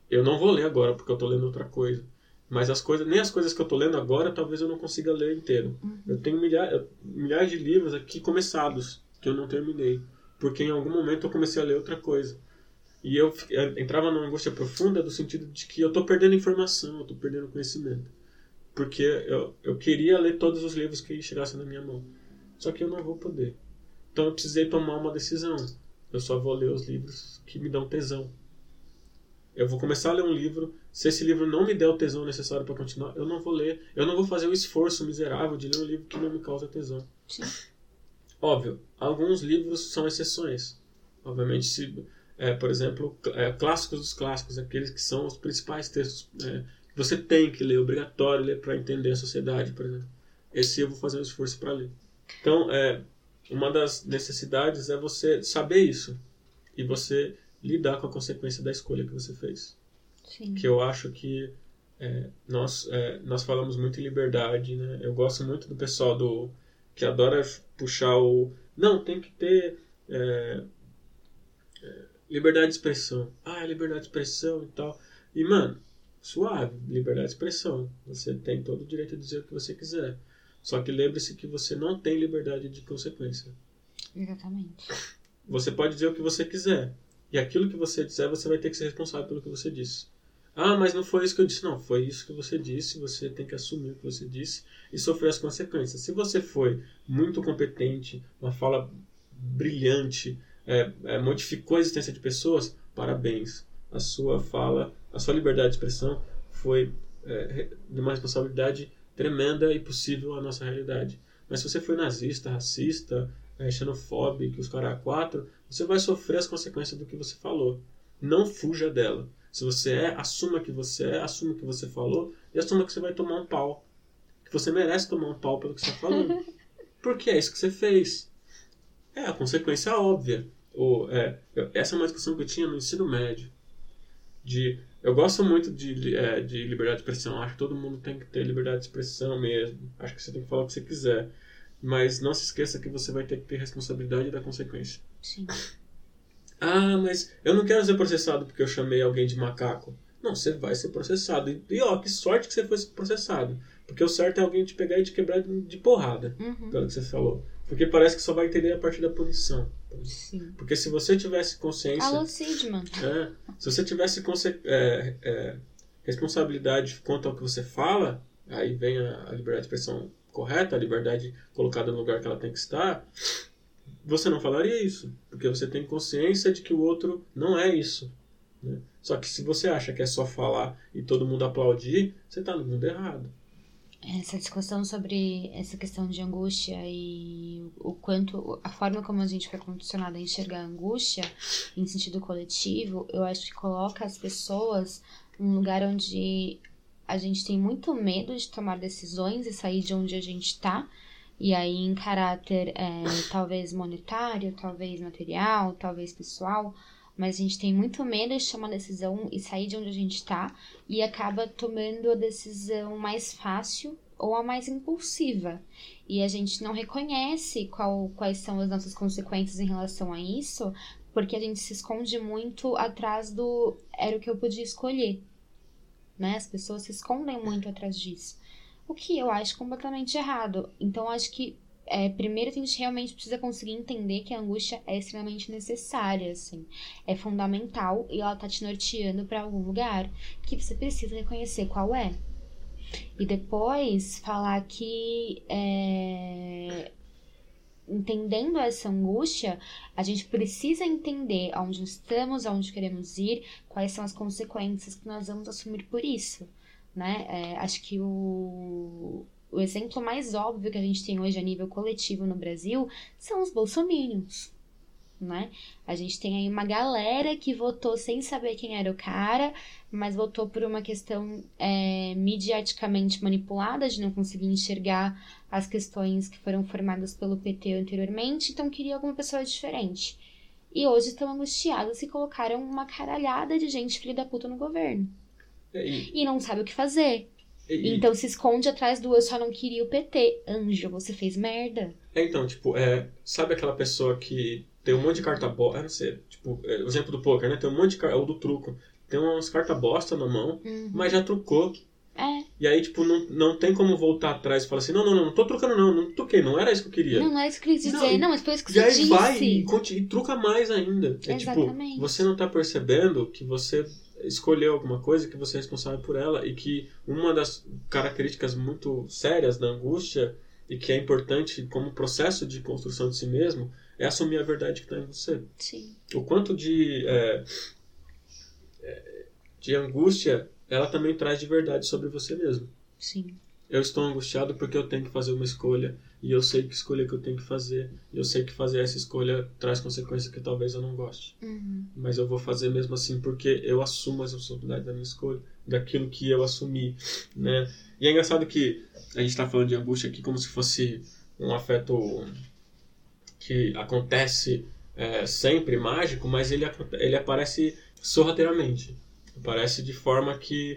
eu não vou ler agora porque eu tô lendo outra coisa. Mas nem as coisas que eu tô lendo agora, talvez eu não consiga ler inteiro. Eu tenho milhares de livros aqui começados, que eu não terminei. Porque em algum momento eu comecei a ler outra coisa. E eu entrava numa angústia profunda do sentido de que eu tô perdendo informação, eu tô perdendo conhecimento. Porque eu queria ler todos os livros que chegassem na minha mão. Só que eu não vou poder. Então eu precisei tomar uma decisão. Eu só vou ler os livros que me dão tesão. Eu vou começar a ler um livro. Se esse livro não me der o tesão necessário para continuar, eu não vou ler. Eu não vou fazer o esforço miserável de ler um livro que não me causa tesão. Sim. Óbvio, alguns livros são exceções. Obviamente, por exemplo, clássicos dos clássicos, aqueles que são os principais textos que você tem que ler, obrigatório ler para entender a sociedade, por exemplo. Esse eu vou fazer um esforço para ler. Então, uma das necessidades é você saber isso e você lidar com a consequência da escolha que você fez. Sim. Que eu acho que nós falamos muito em liberdade, né? Eu gosto muito do pessoal que adora puxar não, tem que ter liberdade de expressão. Liberdade de expressão e tal. E, mano, suave, liberdade de expressão. Você tem todo o direito de dizer o que você quiser. Só que lembre-se que você não tem liberdade de consequência. Exatamente. Você pode dizer o que você quiser. E aquilo que você disser, você vai ter que ser responsável pelo que você disse. Mas não foi isso que eu disse. Não, foi isso que você disse. Você tem que assumir o que você disse e sofrer as consequências. Se você foi muito competente, uma fala brilhante, modificou a existência de pessoas, parabéns. A sua fala, a sua liberdade de expressão foi de uma responsabilidade tremenda e possível à nossa realidade. Mas se você foi nazista, racista, xenofóbico, os caras quatro, você vai sofrer as consequências do que você falou. Não fuja dela. Se você assuma que você assuma o que você falou e assuma que você vai tomar um pau. Que você merece tomar um pau pelo que você está falando. Porque é isso que você fez. A consequência óbvia. Essa é uma discussão que eu tinha no ensino médio. Eu gosto muito de liberdade de expressão. Acho que todo mundo tem que ter liberdade de expressão mesmo. Acho que você tem que falar o que você quiser. Mas não se esqueça que você vai ter que ter responsabilidade da consequência. Sim. Mas eu não quero ser processado porque eu chamei alguém de macaco. Não, você vai ser processado. E que sorte que você foi processado. Porque o certo é alguém te pegar e te quebrar de porrada. Pelo que você falou. Porque parece que só vai entender a partir da punição. Sim. Porque se você tivesse consciência... Alô, Sidman. Se você tivesse responsabilidade quanto ao que você fala, aí vem a liberdade de expressão correta, a liberdade colocada no lugar que ela tem que estar, você não falaria isso. Porque você tem consciência de que o outro não é isso. Né? Só que se você acha que é só falar e todo mundo aplaudir, você está no mundo errado. Essa discussão sobre essa questão de angústia e o quanto, a forma como a gente foi condicionado a enxergar a angústia em sentido coletivo, eu acho que coloca as pessoas num lugar onde a gente tem muito medo de tomar decisões e sair de onde a gente está, e aí em caráter talvez monetário, talvez material, talvez pessoal, mas a gente tem muito medo de tomar decisão e sair de onde a gente está e acaba tomando a decisão mais fácil ou a mais impulsiva. E a gente não reconhece quais são as nossas consequências em relação a isso, porque a gente se esconde muito atrás do era o que eu podia escolher. Né? As pessoas se escondem muito atrás disso. O que eu acho completamente errado. Então, acho que primeiro a gente realmente precisa conseguir entender que a angústia é extremamente necessária, assim. É fundamental e ela tá te norteando pra algum lugar que você precisa reconhecer qual é. E depois falar que entendendo essa angústia, a gente precisa entender aonde estamos, aonde queremos ir, quais são as consequências que nós vamos assumir por isso, né? Acho que o exemplo mais óbvio que a gente tem hoje a nível coletivo no Brasil são os bolsominions, né? A gente tem aí uma galera que votou sem saber quem era o cara, mas votou por uma questão midiaticamente manipulada, de não conseguir enxergar as questões que foram formadas pelo PT anteriormente, então queria alguma pessoa diferente. E hoje estão angustiados e colocaram uma caralhada de gente filha da puta no governo. E não sabe o que fazer. Então se esconde atrás do eu só não queria o PT. Anjo, você fez merda. Então, tipo, sabe aquela pessoa que tem um monte de carta boa, não sei, tipo, o exemplo do poker, né? Tem um monte de carta, ou do truco, tem umas cartas bosta na mão, Uhum. mas já trucou. É. E aí, tipo, não tem como voltar atrás e falar assim, não tô trocando não troquei, não era isso que eu queria. Não é isso que eu quis dizer. Não, mas foi isso que E você aí disse. vai e truca mais ainda. É tipo, Exatamente. você não tá percebendo que você escolheu alguma coisa, que você é responsável por ela, e que uma das características muito sérias da angústia, e que é importante como processo de construção de si mesmo, é assumir a verdade que está em você. Sim. O quanto de angústia ela também traz de verdade sobre você mesmo. Sim. Eu estou angustiado porque eu tenho que fazer uma escolha, e eu sei que escolha que eu tenho que fazer, e eu sei que fazer essa escolha traz consequências que talvez eu não goste. Uhum. Mas eu vou fazer mesmo assim porque eu assumo a responsabilidade da minha escolha, daquilo que eu assumi, né? E é engraçado que a gente está falando de angústia aqui como se fosse um afeto que acontece sempre mágico, mas ele aparece sorrateiramente. Aparece de forma que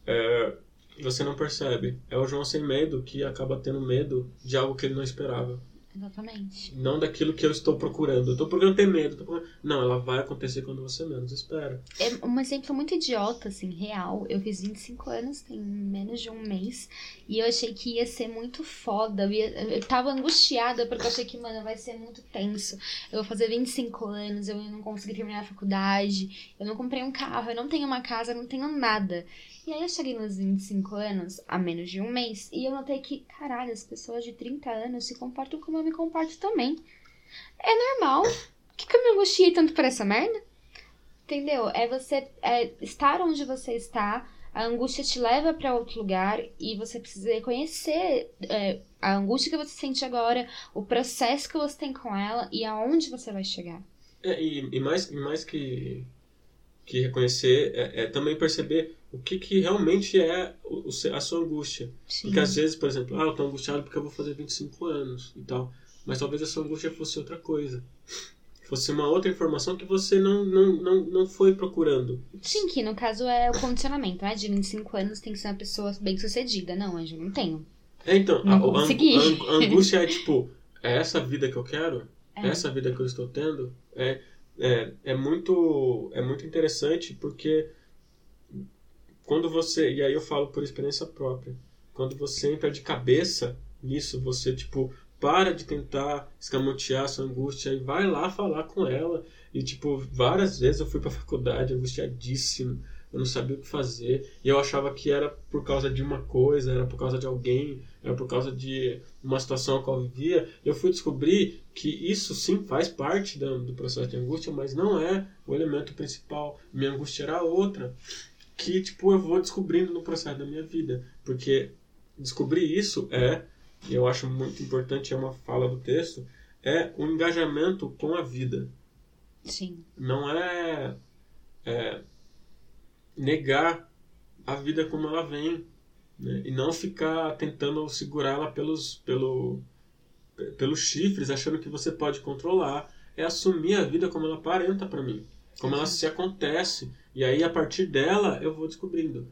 você não percebe. É o João sem medo que acaba tendo medo de algo que ele não esperava. Exatamente. Não daquilo que eu estou procurando. Eu estou procurando ter medo. Não, ela vai acontecer quando você menos espera. É um exemplo muito idiota, assim, real. Eu fiz 25 anos, tem menos de um mês. E eu achei que ia ser muito foda. Eu tava angustiada porque eu achei que, mano, vai ser muito tenso. Eu vou fazer 25 anos, eu não consegui terminar a faculdade. Eu não comprei um carro, eu não tenho uma casa, eu não tenho nada. E aí eu cheguei nos 25 anos, a menos de um mês, e eu notei que, caralho, as pessoas de 30 anos se comportam como eu me comporto também. É normal. Por que eu me angustiei tanto por essa merda? Entendeu? É você estar onde você está, a angústia te leva pra outro lugar e você precisa reconhecer a angústia que você sente agora, o processo que você tem com ela e aonde você vai chegar. E mais que reconhecer, também perceber o que realmente é a sua angústia. Sim. Porque às vezes, por exemplo, eu tô angustiado porque eu vou fazer 25 anos e tal. Mas talvez a sua angústia fosse outra coisa. Fosse uma outra informação que você não foi procurando. Sim, que no caso é o condicionamento, né? De 25 anos tem que ser uma pessoa bem sucedida. Não, Anjo, não tenho. Então, Não consegui. A angústia é tipo, é essa vida que eu quero? É essa vida que eu estou tendo? É muito interessante porque quando você, e aí eu falo por experiência própria, quando você entra de cabeça nisso, você tipo para de tentar escamotear a sua angústia e vai lá falar com ela. E tipo, várias vezes eu fui pra faculdade angustiadíssimo, eu não sabia o que fazer, e eu achava que era por causa de uma coisa, era por causa de alguém, era por causa de uma situação a qual eu vivia. Eu fui descobrir que isso sim faz parte do processo de angústia, mas não é o elemento principal. Minha angústia era outra, que tipo eu vou descobrindo no processo da minha vida, porque descobrir isso e eu acho muito importante, é uma fala do texto, é o engajamento com a vida. Sim. Não é negar a vida como ela vem, né? E não ficar tentando segurar ela pelos chifres, achando que você pode controlar. É assumir a vida como ela aparenta para mim, como ela se acontece, e aí a partir dela eu vou descobrindo.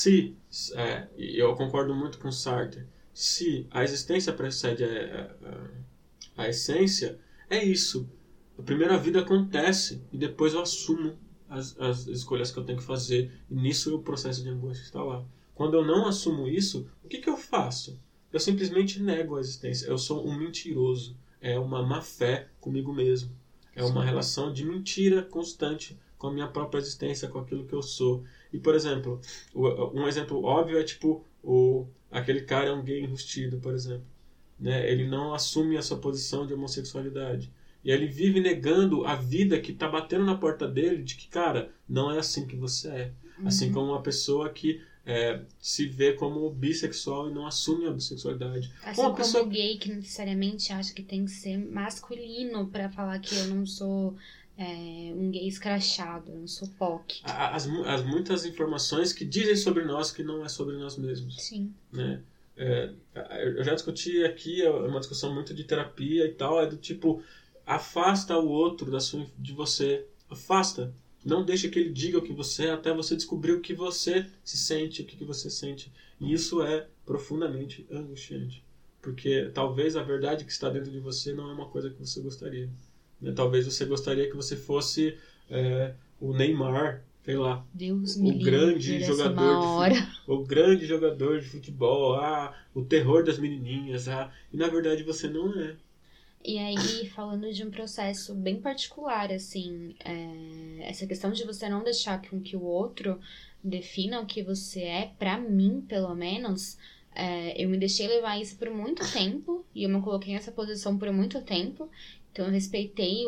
E eu concordo muito com Sartre, se a existência precede a essência, é isso. A primeira vida acontece e depois eu assumo as escolhas que eu tenho que fazer, e nisso o processo de angústia está lá. Quando eu não assumo isso, o que eu faço? Eu simplesmente nego a existência. Eu sou um mentiroso. É uma má fé comigo mesmo. É uma relação de mentira constante com a minha própria existência, com aquilo que eu sou. E, por exemplo, um exemplo óbvio é tipo aquele cara é um gay enrustido, por exemplo. Né? Ele não assume a sua posição de homossexualidade. E ele vive negando a vida que está batendo na porta dele de que, cara, não é assim que você é. Assim como uma pessoa que se vê como bissexual e não assume a bissexualidade. Assim como o gay que necessariamente acha que tem que ser masculino para falar que eu não sou um gay escrachado, eu não sou POC. As muitas informações que dizem sobre nós que não é sobre nós mesmos. Sim. Né? Eu já discuti aqui, é uma discussão muito de terapia e tal, é do tipo, afasta o outro de você. Afasta. Não deixe que ele diga o que você é até você descobrir o que você se sente, o que você sente. E isso é profundamente angustiante. Porque talvez a verdade que está dentro de você não é uma coisa que você gostaria. Né? Talvez você gostaria que você fosse o Neymar, sei lá, Deus me o grande jogador de futebol, o terror das menininhas, e na verdade você não é. E aí, falando de um processo bem particular, assim, essa questão de você não deixar com que o outro defina o que você é, pra mim, pelo menos, eu me deixei levar isso por muito tempo, e eu me coloquei nessa posição por muito tempo, então eu respeitei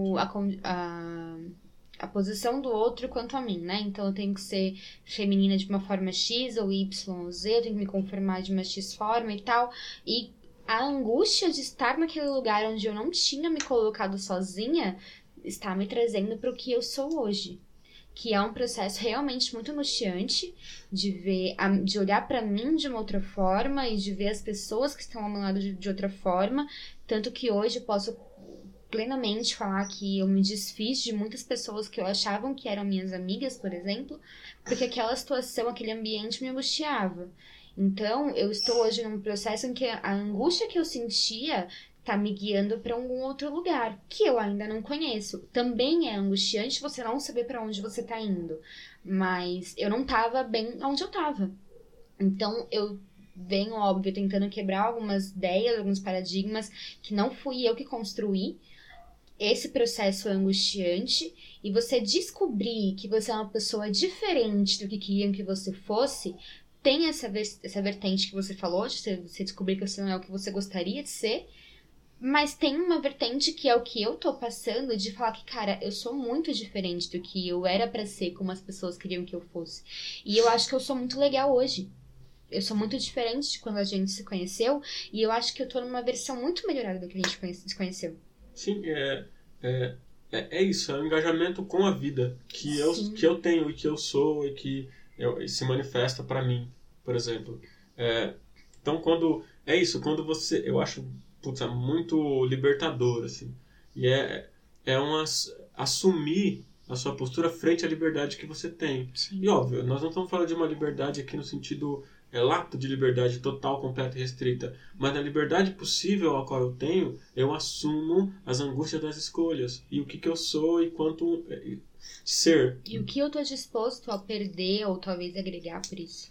a posição do outro quanto a mim, né? Então eu tenho que ser feminina de uma forma X ou Y ou Z, eu tenho que me conformar de uma X forma e tal, e a angústia de estar naquele lugar onde eu não tinha me colocado sozinha está me trazendo para o que eu sou hoje. Que é um processo realmente muito angustiante de olhar para mim de uma outra forma e de ver as pessoas que estão ao meu lado de outra forma. Tanto que hoje eu posso plenamente falar que eu me desfiz de muitas pessoas que eu achavam que eram minhas amigas, por exemplo, porque aquela situação, aquele ambiente me angustiava. Então, eu estou hoje num processo em que a angústia que eu sentia tá me guiando para algum outro lugar, que eu ainda não conheço. Também é angustiante você não saber para onde você tá indo, mas eu não tava bem onde eu tava. Então, eu venho, óbvio, tentando quebrar algumas ideias, alguns paradigmas que não fui eu que construí. Esse processo é angustiante, e você descobrir que você é uma pessoa diferente do que queriam que você fosse, tem essa vertente que você falou, de você descobrir que você não é o que você gostaria de ser, mas tem uma vertente que é o que eu tô passando, de falar que, cara, eu sou muito diferente do que eu era pra ser, como as pessoas queriam que eu fosse. E eu acho que eu sou muito legal hoje. Eu sou muito diferente de quando a gente se conheceu, e eu acho que eu tô numa versão muito melhorada do que a gente se conheceu. Sim, é isso, é um engajamento com a vida que eu tenho e que eu sou e que se manifesta pra mim, por exemplo. Então, quando você, eu acho, muito libertador, assim, e assumir a sua postura frente à liberdade que você tem. Sim. E óbvio, nós não estamos falando de uma liberdade aqui no sentido lato de liberdade total, completa e restrita, mas na liberdade possível a qual eu tenho, eu assumo as angústias das escolhas, e o que eu sou e quanto ser. E o que eu tô disposto a perder ou talvez agregar por isso.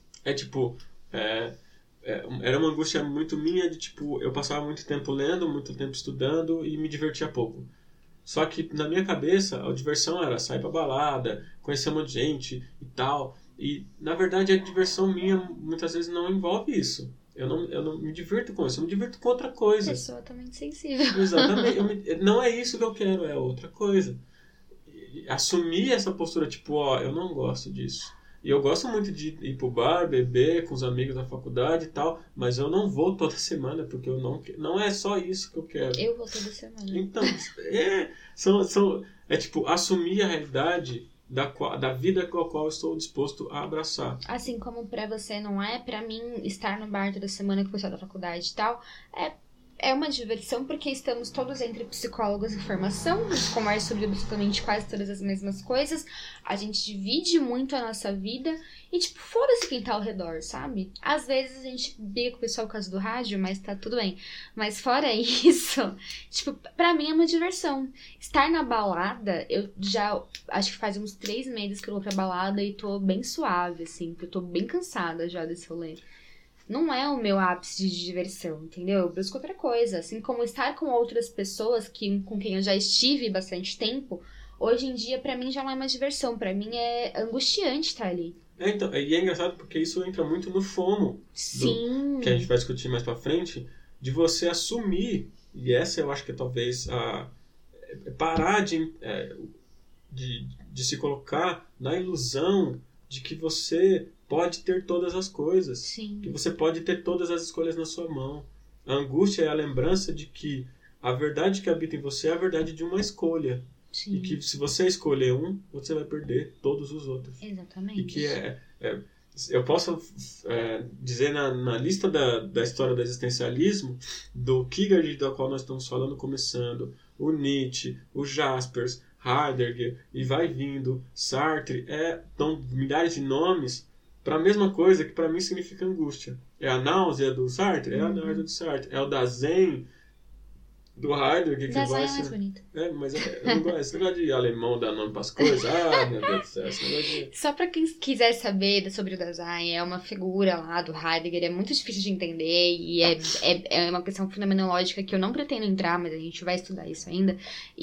Era uma angústia muito minha de, eu passava muito tempo lendo, muito tempo estudando e me divertia pouco. Só que na minha cabeça, a diversão era sair pra balada, conhecer um monte de gente e tal. E, na verdade, a diversão minha muitas vezes não envolve isso. Eu não me divirto com isso, eu me divirto com outra coisa. Pessoa totalmente sensível. Exatamente. Não é isso que eu quero, é outra coisa. E assumir essa postura, eu não gosto disso. E eu gosto muito de ir pro bar, beber com os amigos da faculdade e tal, mas eu não vou toda semana, porque eu não é só isso que eu quero. Eu vou toda semana. Então, assumir a realidade da vida com a qual eu estou disposto a abraçar. Assim como pra você não é, pra mim, estar no bar toda semana com o pessoal da faculdade e tal, é uma diversão, porque estamos todos entre psicólogos em formação, a gente conversa sobre absolutamente quase todas as mesmas coisas, a gente divide muito a nossa vida e, foda-se quem tá ao redor, sabe? Às vezes a gente briga com o pessoal por causa do rádio, mas tá tudo bem. Mas fora isso, pra mim é uma diversão. Estar na balada, eu já acho que faz uns 3 meses que eu vou pra balada e tô bem suave, assim, porque eu tô bem cansada já desse rolê. Não é o meu ápice de diversão, entendeu? Eu busco outra coisa. Assim como estar com outras pessoas com quem eu já estive bastante tempo, hoje em dia, pra mim, já não é mais diversão. Pra mim, é angustiante estar ali. Então, e é engraçado porque isso entra muito no FOMO. Sim. Que a gente vai discutir mais pra frente, de você assumir, e essa eu acho que é talvez parar de se colocar na ilusão de que você pode ter todas as coisas. Sim. Que você pode ter todas as escolhas na sua mão. A angústia é a lembrança de que a verdade que habita em você é a verdade de uma escolha. Sim. E que se você escolher um, você vai perder todos os outros. Exatamente. E que eu posso dizer na lista da história do existencialismo, do Kierkegaard, da qual nós estamos falando, começando, o Nietzsche, o Jaspers, Heidegger, e vai vindo, Sartre, dão milhares de nomes para a mesma coisa que para mim significa angústia. É a náusea do Sartre? É a náusea do Sartre. É o Dasein? do Heidegger, que Dasein vai é mais ser... bonito. Mas eu não gosto, esse negócio de alemão dar nome pras coisas. Ah, meu Deus do céu, esse negócio de... Só pra quem quiser saber sobre o Dasein, é uma figura lá do Heidegger, é muito difícil de entender e é uma questão fenomenológica que eu não pretendo entrar, mas a gente vai estudar isso ainda.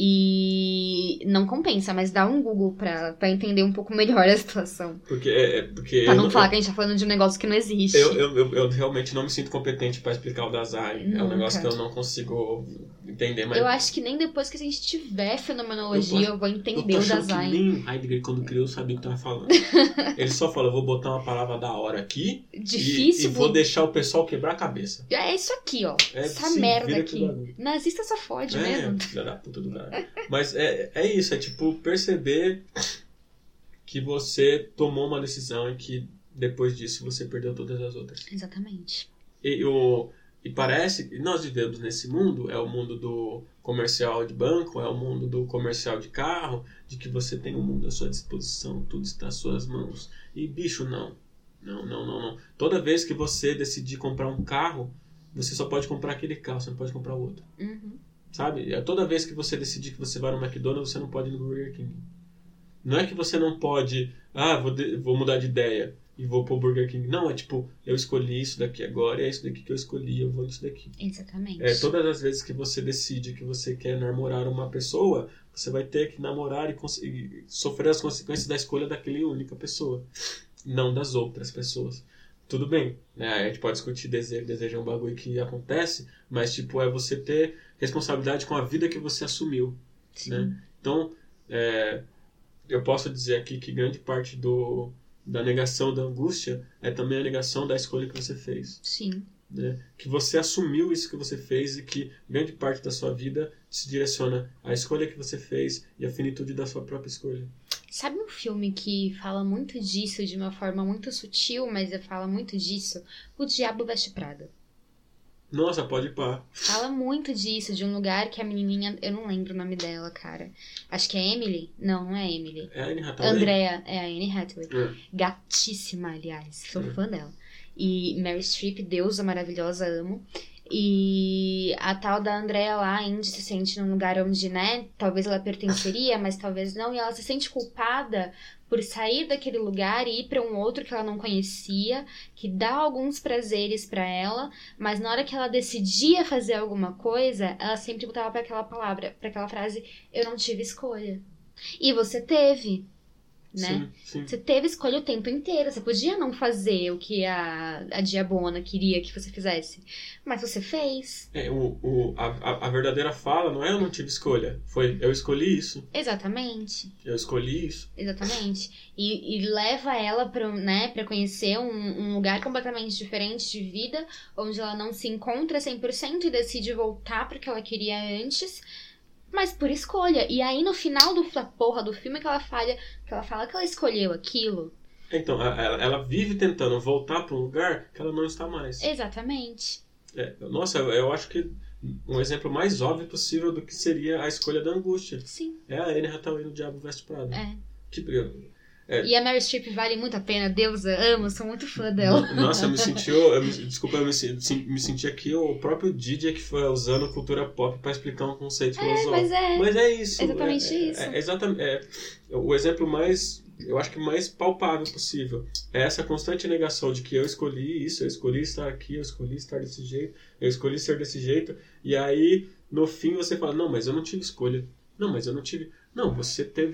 E não compensa, mas dá um Google pra entender um pouco melhor a situação. Porque Pra não falar que a gente tá falando de um negócio que não existe. Eu realmente não me sinto competente pra explicar o Dasein. É um negócio que eu não consigo entender, mas... Eu acho que nem depois que a gente tiver fenomenologia eu vou entender o Dasein. Que nem o Heidegger, quando criou, sabia o que tava falando. Ele só falou, vou botar uma palavra da hora aqui e vou deixar o pessoal quebrar a cabeça. É isso aqui, ó. Essa merda aqui. Nazista só fode mesmo. Filha da puta do cara. Mas é isso, é tipo perceber que você tomou uma decisão e que depois disso você perdeu todas as outras. Exatamente. E parece que nós vivemos nesse mundo, é o mundo do comercial de banco, é o mundo do comercial de carro, de que você tem o mundo à sua disposição, tudo está às suas mãos. E bicho, não. Não. Toda vez que você decidir comprar um carro, você só pode comprar aquele carro, você não pode comprar o outro. Uhum. Sabe? Toda vez que você decidir que você vai no McDonald's, você não pode ir no Burger King. Não é que você não pode, vou mudar de ideia e vou pro Burger King. Não, é tipo, eu escolhi isso daqui agora e é isso daqui que eu escolhi, eu vou nisso daqui. Exatamente. Todas as vezes que você decide que você quer namorar uma pessoa, você vai ter que namorar e sofrer as consequências da escolha daquela única pessoa, não das outras pessoas. Tudo bem, né? A gente pode discutir desejo é um bagulho que acontece, mas tipo, é você ter responsabilidade com a vida que você assumiu. Né? Então, eu posso dizer aqui que grande parte da negação da angústia é também a negação da escolha que você fez. Sim. Né? Que você assumiu isso que você fez e que grande parte da sua vida se direciona à escolha que você fez e à finitude da sua própria escolha. Sabe um filme que fala muito disso de uma forma muito sutil, mas fala muito disso? O Diabo Veste Prada. Nossa, pode ir pá. Fala muito disso, de um lugar que a menininha... Eu não lembro o nome dela, cara. Acho que é Emily? Não é Emily. É a Anne Hathaway? Andrea, é a Anne Hathaway. Gatíssima, aliás. Sou fã dela. E Meryl Streep, deusa maravilhosa, amo. E a tal da Andrea lá, a Indy, se sente num lugar onde, né, talvez ela pertenceria, mas talvez não. E ela se sente culpada por sair daquele lugar e ir pra um outro que ela não conhecia, que dá alguns prazeres pra ela, mas na hora que ela decidia fazer alguma coisa, ela sempre voltava pra aquela palavra, pra aquela frase, eu não tive escolha. E você teve, né? Sim. Você teve escolha o tempo inteiro. Você podia não fazer o que a Diabona queria que você fizesse, mas você fez. A verdadeira fala não é eu não tive escolha, foi eu escolhi isso. Exatamente. Eu escolhi isso. Exatamente. E leva ela pra conhecer um lugar completamente diferente de vida, onde ela não se encontra 100% e decide voltar pro que ela queria antes, mas por escolha. E aí no final da porra do filme que ela fala que ela escolheu aquilo. Então, ela vive tentando voltar para um lugar que ela não está mais. Exatamente. Nossa, eu acho que um exemplo mais óbvio possível do que seria a escolha da angústia. Sim. É a Anne Hathaway no Diabo Veste Prada. E a Meryl Streep vale muito a pena, deusa, amo, sou muito fã dela. Nossa, eu me senti aqui o próprio DJ que foi usando cultura pop para explicar um conceito filosófico. Mas é isso. Exatamente isso. O exemplo mais, eu acho que mais palpável possível. É essa constante negação de que eu escolhi isso, eu escolhi estar aqui, eu escolhi estar desse jeito, eu escolhi ser desse jeito. E aí, no fim, você fala, não, mas eu não tive escolha. Não, mas eu não tive... Não, você teve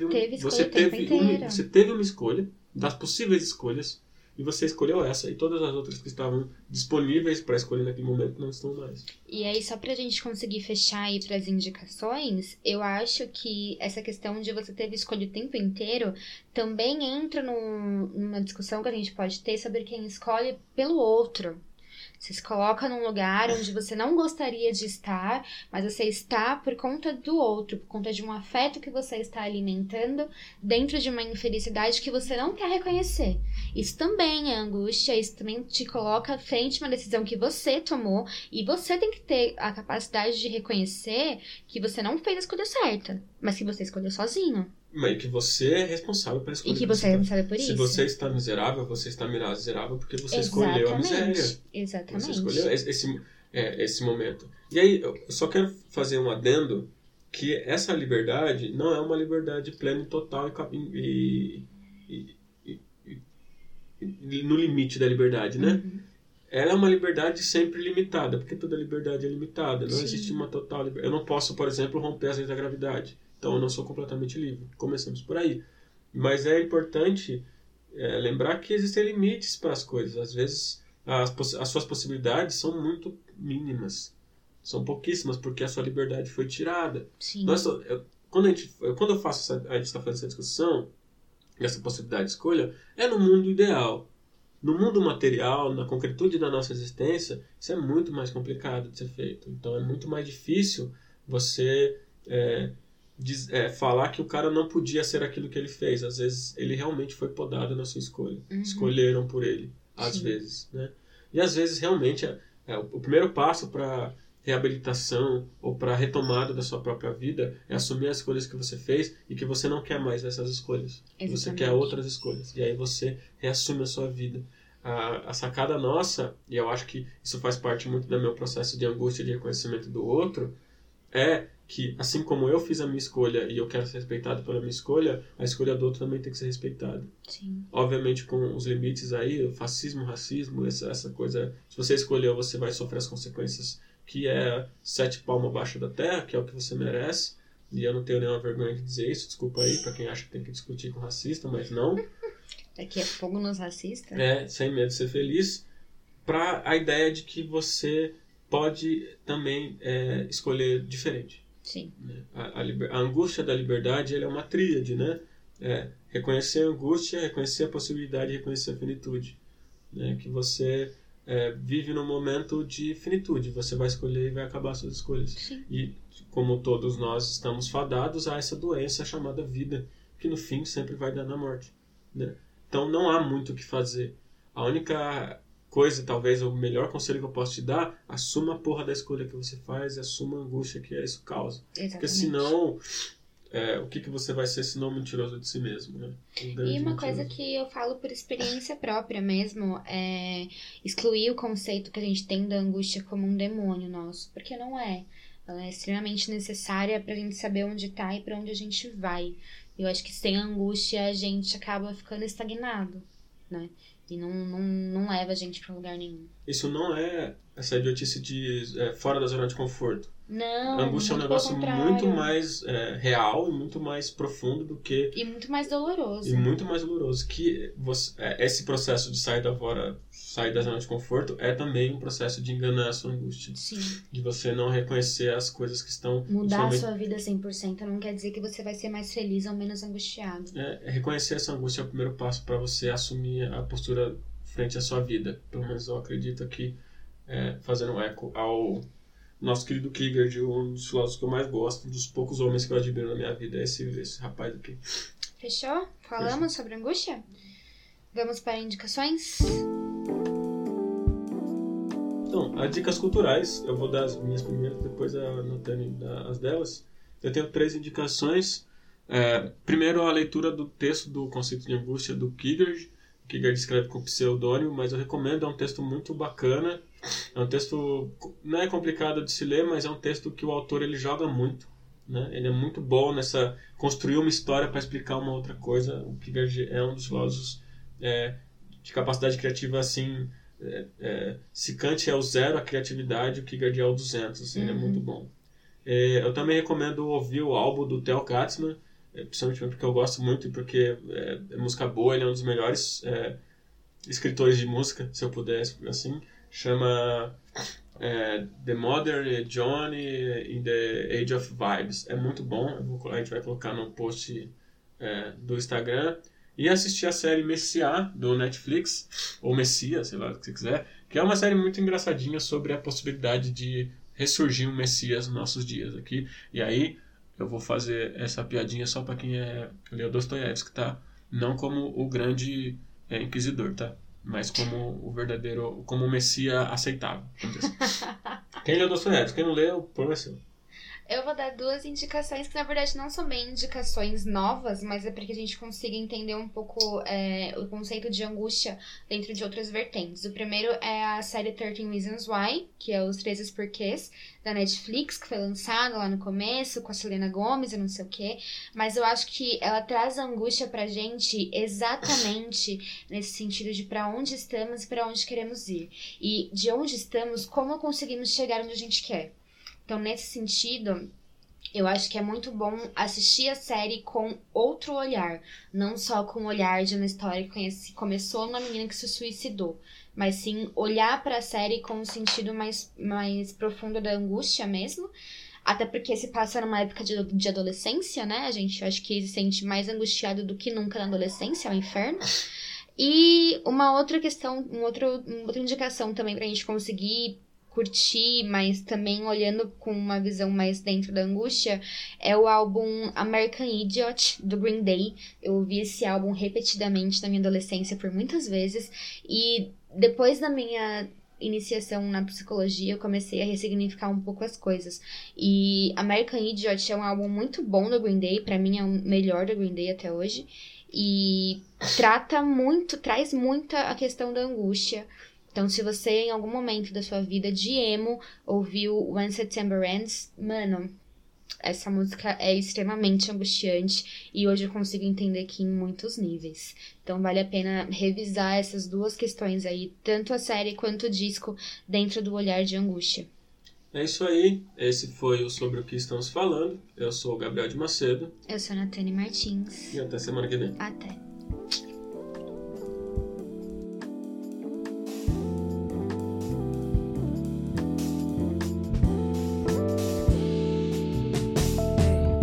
uma escolha das possíveis escolhas e você escolheu essa e todas as outras que estavam disponíveis para escolher naquele momento não estão mais. E aí, só pra gente conseguir fechar aí pras indicações, eu acho que essa questão de você ter escolha o tempo inteiro também entra numa discussão que a gente pode ter sobre quem escolhe pelo outro. Você se coloca num lugar onde você não gostaria de estar, mas você está por conta do outro, por conta de um afeto que você está alimentando dentro de uma infelicidade que você não quer reconhecer. Isso também é angústia, isso também te coloca frente a uma decisão que você tomou e você tem que ter a capacidade de reconhecer que você não fez a escolha certa, mas que você escolheu sozinho. Mas que você é responsável pela escolha. E que você é responsável por isso. Se você está miserável porque você escolheu a miséria. Exatamente. Você escolheu esse momento. E aí, eu só quero fazer um adendo que essa liberdade não é uma liberdade plena e total e no limite da liberdade, né? Uhum. Ela é uma liberdade sempre limitada, porque toda liberdade é limitada. Não Sim. existe uma total liberdade. Eu não posso, por exemplo, romper as leis da gravidade. Então eu não sou completamente livre. Começamos por aí. Mas é importante lembrar que existem limites para as coisas. Às vezes as suas possibilidades são muito mínimas. São pouquíssimas, porque a sua liberdade foi tirada. Sim. Quando eu faço a gente está fazendo essa discussão, essa possibilidade de escolha, é no mundo ideal. No mundo material, na concretude da nossa existência, isso é muito mais complicado de ser feito. Então é muito mais difícil você falar que o cara não podia ser aquilo que ele fez. Às vezes ele realmente foi podado na sua escolha. Uhum. Escolheram por ele, às vezes. Né? E às vezes realmente o primeiro passo para reabilitação ou para a retomada da sua própria vida é assumir as escolhas que você fez e que você não quer mais essas escolhas. Exatamente. Você quer outras escolhas. E aí você reassume a sua vida. A sacada nossa, e eu acho que isso faz parte muito do meu processo de angústia e de reconhecimento do outro, é que assim como eu fiz a minha escolha e eu quero ser respeitado pela minha escolha, a escolha do outro também tem que ser respeitada. Sim. Obviamente com os limites aí, o fascismo, o racismo, essa coisa, se você escolheu, você vai sofrer as consequências, que é 7 palmos abaixo da terra, que é o que você merece, e eu não tenho nenhuma vergonha de dizer isso, desculpa aí pra quem acha que tem que discutir com racista, mas não. Aqui é fogo nos racistas? Sem medo de ser feliz, pra a ideia de que você pode também escolher diferente. Sim. A angústia da liberdade ela é uma tríade, né? Reconhecer a angústia, reconhecer a possibilidade e reconhecer a finitude. Né? Que você vive num momento de finitude, você vai escolher e vai acabar suas escolhas. Sim. E como todos nós estamos fadados a essa doença chamada vida, que no fim sempre vai dar na morte. Né? Então não há muito o que fazer. A única coisa, talvez o melhor conselho que eu posso te dar, assuma a porra da escolha que você faz e assuma a angústia que isso causa. Exatamente. Porque senão, o que você vai ser senão mentiroso de si mesmo, né? E uma coisa que eu falo por experiência própria mesmo é excluir o conceito que a gente tem da angústia como um demônio nosso, porque não é. Ela é extremamente necessária pra gente saber onde tá e pra onde a gente vai. Eu acho que sem angústia a gente acaba ficando estagnado, né? E não leva a gente pra lugar nenhum. Isso não é essa idiotice de fora da zona de conforto. Não, a angústia é um negócio muito mais real e muito mais profundo do que... E muito mais doloroso. E muito mais doloroso. Que esse processo de sair da zona de conforto é também um processo de enganar a sua angústia. Sim. De você não reconhecer as coisas que estão... Mudar a sua vida 100% não quer dizer que você vai ser mais feliz ou menos angustiado. Reconhecer essa angústia é o primeiro passo para você assumir a postura frente à sua vida. Pelo menos eu acredito aqui, fazendo um eco ao nosso querido Kierkegaard, um dos filósofos que eu mais gosto, um dos poucos homens que eu admiro na minha vida, é esse rapaz aqui. Fechou? Falamos sobre angústia? Vamos para indicações? Então, as dicas culturais, eu vou dar as minhas primeiras, depois a Natane dá as delas. Eu tenho 3 indicações. Primeiro, a leitura do texto do conceito de angústia do Kierkegaard. Kierkegaard escreve com pseudônimo, mas eu recomendo, é um texto muito bacana. É um texto, não é complicado de se ler, mas é um texto que o autor ele joga muito. Né? Ele é muito bom nessa construir uma história para explicar uma outra coisa. O Kierkegaard é um dos filósofos de capacidade criativa assim. Se Kant é o 0, a criatividade, o Kierkegaard é o 200. Assim, Ele é muito bom. Eu também recomendo ouvir o álbum do Theo Katzmann, principalmente porque eu gosto muito e porque é música boa. Ele é um dos melhores escritores de música, se eu pudesse, assim. Chama The Modern Johnny in the Age of Vibes. É muito bom, a gente vai colocar no post do Instagram. E assistir a série Messiah, do Netflix, ou Messias, sei lá o que você quiser, que é uma série muito engraçadinha sobre a possibilidade de ressurgir um Messias nos nossos dias aqui. E aí eu vou fazer essa piadinha só pra quem leu Dostoiévski, tá? Não como o grande inquisidor, tá? Mas como o verdadeiro, como o Messias aceitável. Quem leu Dostoiévski, quem não leu, o problema é seu. Eu vou dar 2 indicações que, na verdade, não são bem indicações novas, mas é para que a gente consiga entender um pouco o conceito de angústia dentro de outras vertentes. O primeiro é a série 13 Reasons Why, que é os 13 porquês da Netflix, que foi lançada lá no começo, com a Selena Gomez e não sei o quê. Mas eu acho que ela traz a angústia pra gente exatamente nesse sentido de para onde estamos e para onde queremos ir. E de onde estamos, como conseguimos chegar onde a gente quer. Então, nesse sentido, eu acho que é muito bom assistir a série com outro olhar. Não só com o olhar de uma história que começou numa menina que se suicidou. Mas sim olhar para a série com um sentido mais profundo da angústia mesmo. Até porque se passa numa época de adolescência, né? A gente acho que se sente mais angustiado do que nunca na adolescência, é o inferno. E uma outra questão, uma outra indicação também pra gente conseguir curtir, mas também olhando com uma visão mais dentro da angústia, é o álbum American Idiot, do Green Day. Eu ouvi esse álbum repetidamente na minha adolescência por muitas vezes, e depois da minha iniciação na psicologia, eu comecei a ressignificar um pouco as coisas. E American Idiot é um álbum muito bom do Green Day, pra mim é o melhor do Green Day até hoje, e traz muito a questão da angústia. Então, se você, em algum momento da sua vida de emo, ouviu When September Ends, mano, essa música é extremamente angustiante e hoje eu consigo entender que em muitos níveis. Então, vale a pena revisar essas 2 questões aí, tanto a série quanto o disco, dentro do olhar de angústia. É isso aí. Esse foi o Sobre o que Estamos Falando. Eu sou o Gabriel de Macedo. Eu sou a Natane Martins. E até semana que vem. Até.